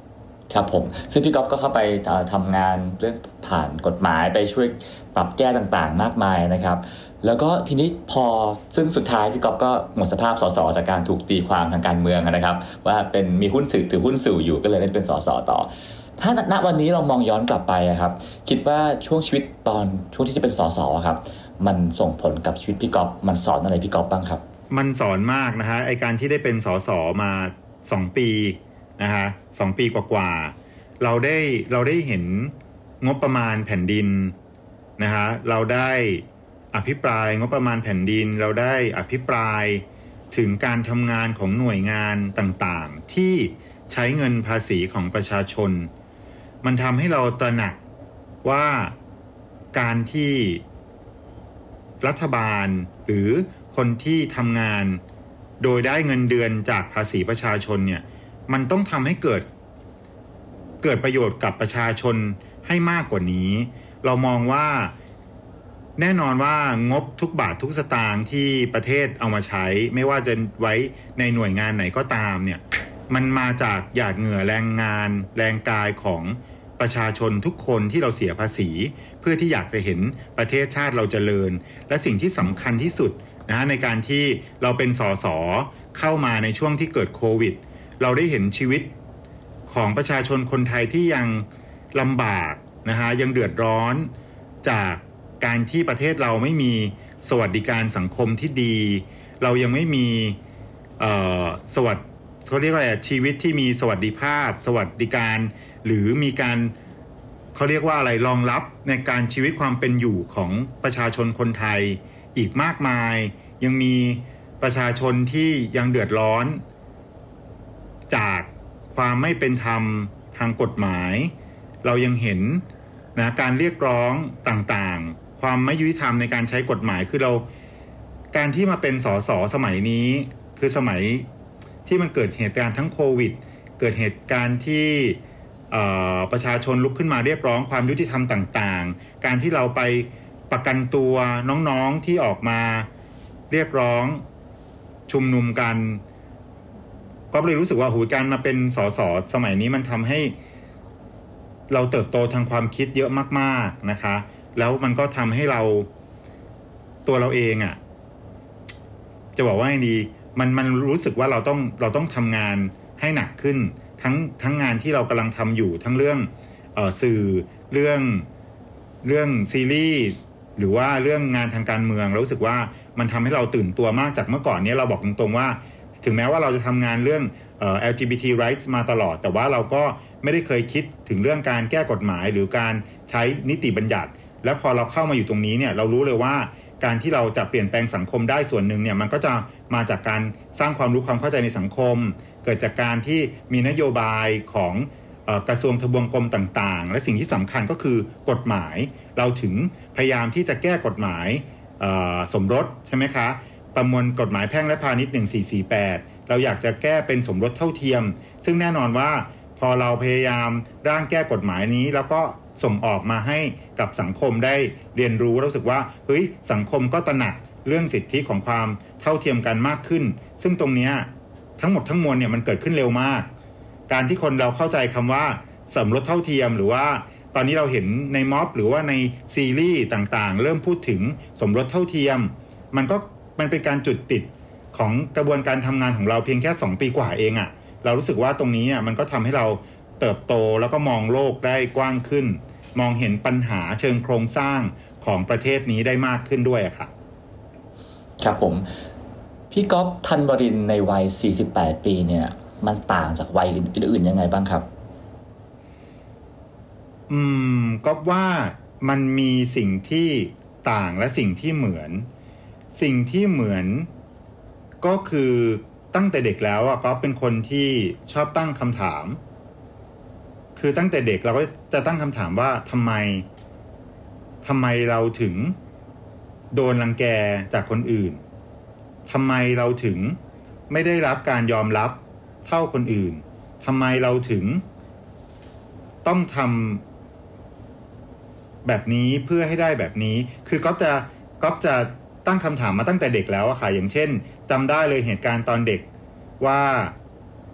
ครับผมซึ่งพี่ก๊อฟก็เข้าไปทำงานเรื่องผ่านกฎหมายไปช่วยปรับแก้ต่างๆมากมายนะครับแล้วก็ทีนี้พอซึ่งสุดท้ายพี่ก๊อฟก็หมดสภาพสสจากการถูกตีความทางการเมืองนะครับว่าเป็นมีหุ้นสื่อถือหุ้นสื่ออยู่ก็เลยได้เป็นสสต่อถ้าณวันนี้เรามองย้อนกลับไปครับคิดว่าช่วงชีวิตตอนช่วงที่จะเป็นสสครับมันส่งผลกับชีวิตพี่ก๊อฟมันสอนอะไรพี่ก๊อฟบ้างครับมันสอนมากนะฮะไอการที่ได้เป็นสสมาสองปีนะฮะสองปีกว่าๆเราได้เราได้เห็นงบประมาณแผ่นดินนะฮะเราได้อภิปรายงบประมาณแผ่นดินเราได้อภิปรายถึงการทำงานของหน่วยงานต่างๆที่ใช้เงินภาษีของประชาชนมันทำให้เราตระหนักว่าการที่รัฐบาลหรือคนที่ทำงานโดยได้เงินเดือนจากภาษีประชาชนเนี่ยมันต้องทำให้เกิดเกิดประโยชน์กับประชาชนให้มากกว่านี้เรามองว่าแน่นอนว่างบทุกบาททุกสตางค์ที่ประเทศเอามาใช้ไม่ว่าจะไว้ในหน่วยงานไหนก็ตามเนี่ยมันมาจากหยาดเหงื่อแรงงานแรงกายของประชาชนทุกคนที่เราเสียภาษีเพื่อที่อยากจะเห็นประเทศชาติเราเจริญและสิ่งที่สำคัญที่สุดนะในการที่เราเป็นสสเข้ามาในช่วงที่เกิดโควิดเราได้เห็นชีวิตของประชาชนคนไทยที่ยังลำบากนะฮะยังเดือดร้อนจากการที่ประเทศเราไม่มีสวัสดิการสังคมที่ดีเรายังไม่มีเอ่อสวัสดิเขาเรียกว่าชีวิตที่มีสวัสดิภาพสวัสดิการหรือมีการเขาเรียกว่าอะไรรองรับในการชีวิตความเป็นอยู่ของประชาชนคนไทยอีกมากมายยังมีประชาชนที่ยังเดือดร้อนจากความไม่เป็นธรรมทางกฎหมายเรายังเห็นนะการเรียกร้องต่างๆความไม่ยุติธรรมในการใช้กฎหมายคือเราการที่มาเป็นสสสมัยนี้คือสมัยที่มันเกิดเหตุการณ์ทั้งโควิดเกิดเหตุการณ์ที่ประชาชนลุกขึ้นมาเรียกร้องความยุติธรรมต่างๆการที่เราไปประกันตัวน้องๆที่ออกมาเรียกร้องชุมนุมกันก็เลยรู้สึกว่าหูการมาเป็นสสสมัยนี้มันทำให้เราเติบโตทางความคิดเยอะมากๆนะคะแล้วมันก็ทำให้เราตัวเราเองอ่ะจะบอกว่าไงดีมันมันรู้สึกว่าเราต้องเราต้องทำงานให้หนักขึ้นทั้งทั้งงานที่เรากำลังทำอยู่ทั้งเรื่องเอ่อสื่อเรื่องเรื่องซีรีส์หรือว่าเรื่องงานทางการเมืองเรารู้สึกว่ามันทำให้เราตื่นตัวมากจากเมื่อก่อนนี้เราบอกตรงๆว่าถึงแม้ว่าเราจะทำงานเรื่องเอ่อ แอล จี บี ที rights มาตลอดแต่ว่าเราก็ไม่ได้เคยคิดถึงเรื่องการแก้กฎหมายหรือการใช้นิติบัญญัติแล้วพอเราเข้ามาอยู่ตรงนี้เนี่ยเรารู้เลยว่าการที่เราจะเปลี่ยนแปลงสังคมได้ส่วนหนึ่งเนี่ยมันก็จะมาจากการสร้างความรู้ความเข้าใจในสังคมเกิดจากการที่มีนโยบายของเอ่อกระทรวงทบวงกรมต่างๆและสิ่งที่สำคัญก็คือกฎหมายเราถึงพยายามที่จะแก้กฎหมายสมรสใช่ไหมคะประมวลกฎหมายแพ่งและพาณิชย์หนึ่งสี่สี่แปดเราอยากจะแก้เป็นสมรสเท่าเทียมซึ่งแน่นอนว่าพอเราพยายามร่างแก้กฎหมายนี้แล้วก็ส่งออกมาให้กับสังคมได้เรียนรู้รู้สึกว่าเฮ้ยสังคมก็ตระหนักเรื่องสิทธิของความเท่าเทียมกันมากขึ้นซึ่งตรงนี้ทั้งหมดทั้งมวลเนี่ยมันเกิดขึ้นเร็วมากการที่คนเราเข้าใจคำว่าสมรสเท่าเทียมหรือว่าตอนนี้เราเห็นในม็อบหรือว่าในซีรีส์ต่างๆเริ่มพูดถึงสมรสเท่าเทียมมันก็มันเป็นการจุดติดของกระบวนการทำงานของเราเพียงแค่สองปีกว่าเองอะ่ะเรารู้สึกว่าตรงนี้อ่ะมันก็ทำให้เราเติบโตแล้วก็มองโลกได้กว้างขึ้นมองเห็นปัญหาเชิงโครงสร้างของประเทศนี้ได้มากขึ้นด้วยอะค่ะครับผมพี่ก๊อฟธันวรินทร์ในวัยสี่สิบแปดปีเนี่ยมันต่างจากวัยอื่นๆยังไงบ้างครับอืมก๊อฟว่ามันมีสิ่งที่ต่างและสิ่งที่เหมือนสิ่งที่เหมือนก็คือตั้งแต่เด็กแล้วอ่ะก๊อฟเป็นคนที่ชอบตั้งคำถามคือตั้งแต่เด็กเราก็จะตั้งคำถามว่าทำไมทำไมเราถึงโดนรังแกจากคนอื่นทำไมเราถึงไม่ได้รับการยอมรับเท่าคนอื่นทำไมเราถึงต้องทำแบบนี้เพื่อให้ได้แบบนี้คือก๊อฟจะก๊อฟจะตั้งคำถามมาตั้งแต่เด็กแล้วอะค่ะอย่างเช่นจำได้เลยเหตุการณ์ตอนเด็กว่า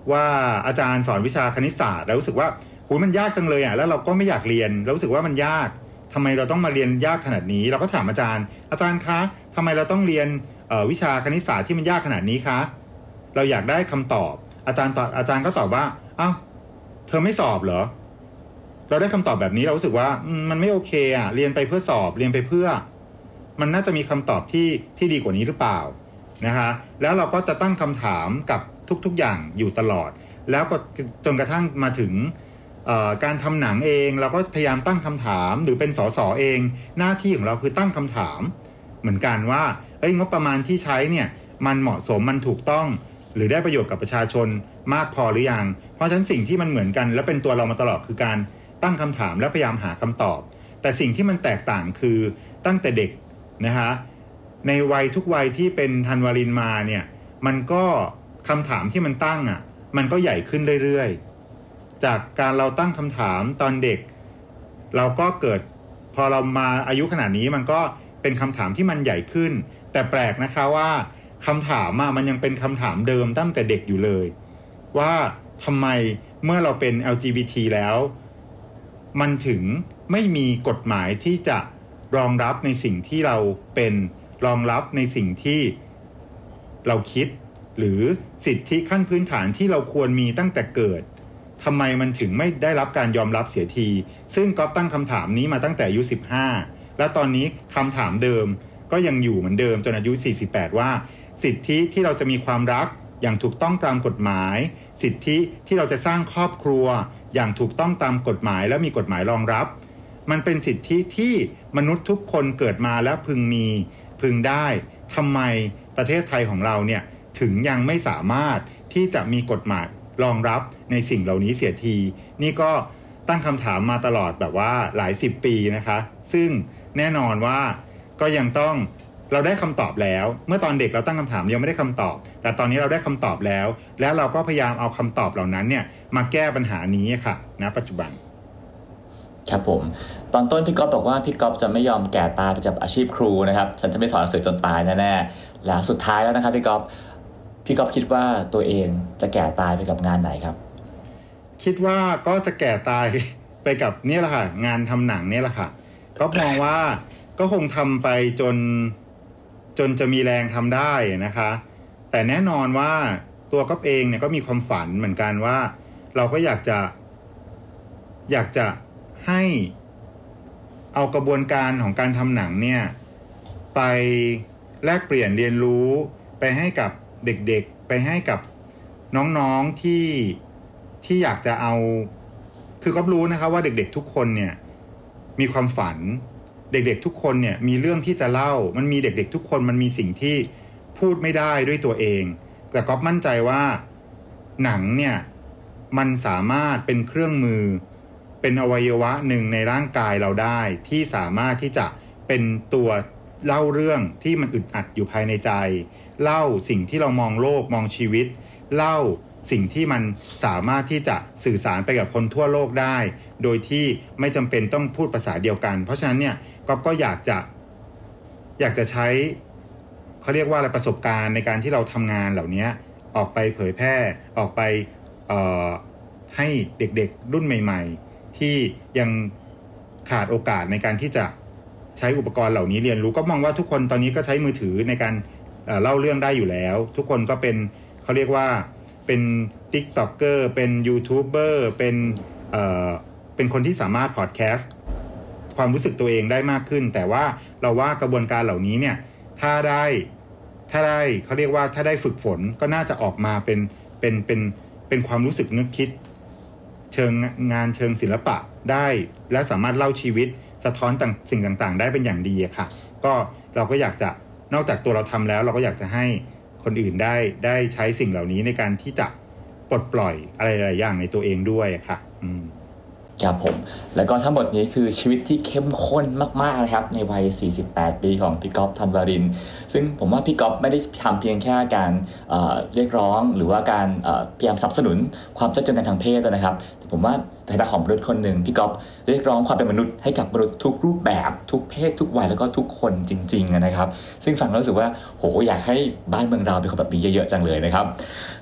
ว่าอาจารย์สอนวิชาคณิตศาสตร์แล้วรู้สึกว่าโหมันยากจังเลยอ่ะแล้วเราก็ไม่อยากเรียนแล้วรู้สึกว่ามันยากทำไมเราต้องมาเรียนยากขนาดนี้เราก็ถามอาจารย์อาจารย์คะทำไมเราต้องเรียนวิชาคณิตศาสตร์ที่มันยากขนาดนี้คะเราอยากได้คำตอบอาจารย์ตอบอาจารย์ก็ตอบว่าอ้าวเธอไม่สอบเหรอเราได้คำตอบแบบนี้เรารู้สึกว่ามันไม่โอเคอ่ะเรียนไปเพื่อสอบเรียนไปเพื่อมันน่าจะมีคำตอบที่ที่ดีกว่านี้หรือเปล่านะคะแล้วเราก็จะตั้งคำถามกับทุกๆอย่างอยู่ตลอดแล้วก็จนกระทั่งมาถึงการทำหนังเองเราก็พยายามตั้งคำถามหรือเป็นสสเองหน้าที่ของเราคือตั้งคำถามเหมือนกันว่าเอ้ยงบประมาณที่ใช้เนี่ยมันเหมาะสมมันถูกต้องหรือได้ประโยชน์กับประชาชนมากพอหรือยังเพราะฉะนั้นสิ่งที่มันเหมือนกันและเป็นตัวเรามาตลอดคือการตั้งคำถามและพยายามหาคำตอบแต่สิ่งที่มันแตกต่างคือตั้งแต่เด็กนะคะในวัยทุกวัยที่เป็นธันวารินมาเนี่ยมันก็คำถามที่มันตั้งอ่ะมันก็ใหญ่ขึ้นเรื่อยๆจากการเราตั้งคำถามตอนเด็กเราก็เกิดพอเรามาอายุขนาดนี้มันก็เป็นคำถามที่มันใหญ่ขึ้นแต่แปลกนะคะว่าคำถามอ่ะมันยังเป็นคำถามเดิมตั้งแต่เด็กอยู่เลยว่าทำไมเมื่อเราเป็น แอล จี บี ที แล้วมันถึงไม่มีกฎหมายที่จะรองรับในสิ่งที่เราเป็นรองรับในสิ่งที่เราคิดหรือสิทธิขั้นพื้นฐานที่เราควรมีตั้งแต่เกิดทำไมมันถึงไม่ได้รับการยอมรับเสียทีซึ่งก๊อฟตั้งคำถามนี้มาตั้งแต่อายุสิบห้าและตอนนี้คำถามเดิมก็ยังอยู่เหมือนเดิมจนอายุสี่สิบแปดว่าสิทธิที่เราจะมีความรักอย่างถูกต้องตามกฎหมายสิทธิที่เราจะสร้างครอบครัวอย่างถูกต้องตามกฎหมายและมีกฎหมายรองรับมันเป็นสิทธิที่มนุษย์ทุกคนเกิดมาแล้วพึงมีพึงได้ทำไมประเทศไทยของเราเนี่ยถึงยังไม่สามารถที่จะมีกฎหมายรองรับในสิ่งเหล่านี้เสียทีนี่ก็ตั้งคำถามมาตลอดแบบว่าหลายสิบปีนะคะซึ่งแน่นอนว่าก็ยังต้องเราได้คำตอบแล้วเมื่อตอนเด็กเราตั้งคำถามยังไม่ได้คำตอบแต่ตอนนี้เราได้คำตอบแล้วและเราก็พยายามเอาคำตอบเหล่านั้นเนี่ยมาแก้ปัญหานี้ค่ะณปัจจุบันครับผมตอนต้นพี่ก๊อฟบอกว่าพี่ก๊อฟจะไม่ยอมแก่ตายไปกับอาชีพครูนะครับฉันจะไม่สอนหนังสือจนตายแน่ๆแล้วสุดท้ายแล้วนะครับพี่ก๊อฟพี่ก๊อฟคิดว่าตัวเองจะแก่ตายไปกับงานไหนครับคิดว่าก็จะแก่ตายไปกับนี่แหละค่ะงานทำหนังนี่แหละค่ะก็มองว่าก็คงทำไปจนจนจะมีแรงทำได้นะคะแต่แน่นอนว่าตัวก๊อฟเองเนี่ยก็มีความฝันเหมือนกันว่าเราก็อยากจะอยากจะให้เอากระบวนการของการทำหนังเนี่ยไปแลกเปลี่ยนเรียนรู้ไปให้กับเด็กๆไปให้กับน้องๆที่ที่อยากจะเอาคือก๊อฟรู้นะคะว่าเด็กๆทุกคนเนี่ยมีความฝันเด็กๆทุกคนเนี่ยมีเรื่องที่จะเล่ามันมีเด็กๆทุกคนมันมีสิ่งที่พูดไม่ได้ด้วยตัวเองแต่ก๊อฟมั่นใจว่าหนังเนี่ยมันสามารถเป็นเครื่องมือเป็นอวัยวะหนึ่งในร่างกายเราได้ที่สามารถที่จะเป็นตัวเล่าเรื่องที่มันอึดอัดอยู่ภายในใจเล่าสิ่งที่เรามองโลกมองชีวิตเล่าสิ่งที่มันสามารถที่จะสื่อสารไปกับคนทั่วโลกได้โดยที่ไม่จำเป็นต้องพูดภาษาเดียวกันเพราะฉะนั้นเนี่ยก๊อฟก็อยากจะอยากจะใช้เขาเรียกว่าอะไรประสบการณ์ในการที่เราทำงานเหล่านี้ออกไปเผยแพร่ออกไปเอ่อให้เด็กๆรุ่นใหม่ๆที่ยังขาดโอกาสในการที่จะใช้อุปกรณ์เหล่านี้เรียนรู้ก็มองว่าทุกคนตอนนี้ก็ใช้มือถือในการเอ่อเล่าเรื่องได้อยู่แล้วทุกคนก็เป็นเขาเรียกว่าเป็น TikToker เป็นยูทูบเบอร์เป็นเอ่อเป็นคนที่สามารถพอดแคสต์ความรู้สึกตัวเองได้มากขึ้นแต่ว่าเราว่ากระบวนการเหล่านี้เนี่ยถ้าได้ถ้าได้เขาเรียกว่าถ้าได้ฝึกฝนก็น่าจะออกมาเป็นเป็นเป็นเป็นความรู้สึกนึกคิดเชิงงานเชิงศิลปะได้และสามารถเล่าชีวิตสะท้อนต่างสิ่งต่างๆได้เป็นอย่างดีอะค่ะก็เราก็อยากจะนอกจากตัวเราทำแล้วเราก็อยากจะให้คนอื่นได้ได้ใช้สิ่งเหล่านี้ในการที่จะปลดปล่อยอะไรหลายอย่างในตัวเองด้วยค่ะอืมครับผมแล้วก็ทั้งหมดนี้คือชีวิตที่เข้มข้นมากๆนะครับในวัยสี่สิบแปดปีของพี่ก๊อฟธันวารินทร์ซึ่งผมว่าพี่ก๊อฟไม่ได้ทำเพียงแค่การเอ่อเรียกร้องหรือว่าการเอ่อพยายามสนับสนุนความเท่าเทียมกันทางเพศนะครับแต่ผมว่าในฐานะของมนุษย์คนหนึ่งพี่ก๊อฟเรียกร้องความเป็นมนุษย์ให้กับมนุษย์ทุกรูปแบบทุกเพศทุกวัยแล้วก็ทุกคนจริงๆนะครับซึ่งฟังแล้วรู้สึกว่าโหอยากให้บ้านเมืองเราเป็นคนแบบนี้เยอะๆจังเลยนะครับ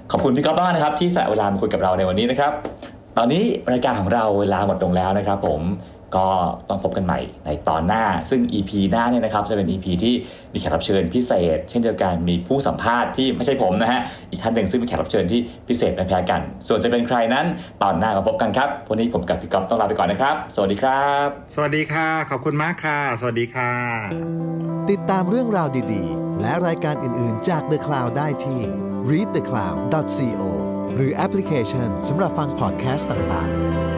ขอบคุณพี่ก๊อฟมากนะครับที่สละเวลามาคุยกับเราในวันนี้นะครับตอนนี้รายการของเราเวลาหมดลงแล้วนะครับผมก็ต้องพบกันใหม่ในตอนหน้าซึ่ง อี พี หน้าเนี่ยนะครับจะเป็น อี พี ที่มีแขกรับเชิญพิเศษเช่นเดียวกันมีผู้สัมภาษณ์ที่ไม่ใช่ผมนะฮะอีกท่านหนึ่งซึ่งเป็นแขกรับเชิญที่พิเศษไม่แพ้กันส่วนจะเป็นใครนั้นตอนหน้ามาพบกันครับวันนี้ผมกับพี่ก๊อฟต้องลาไปก่อนนะครับสวัสดีครับสวัสดีค่ะขอบคุณมากค่ะสวัสดีค่ะติดตามเรื่องราวดีๆและรายการอื่นๆจาก The Cloud ได้ที่ รีด เดอะ คลาวด์ ดอท ซี โอ หรือแอปพลิเคชันสำหรับฟังพอดแคสต์ต่างๆ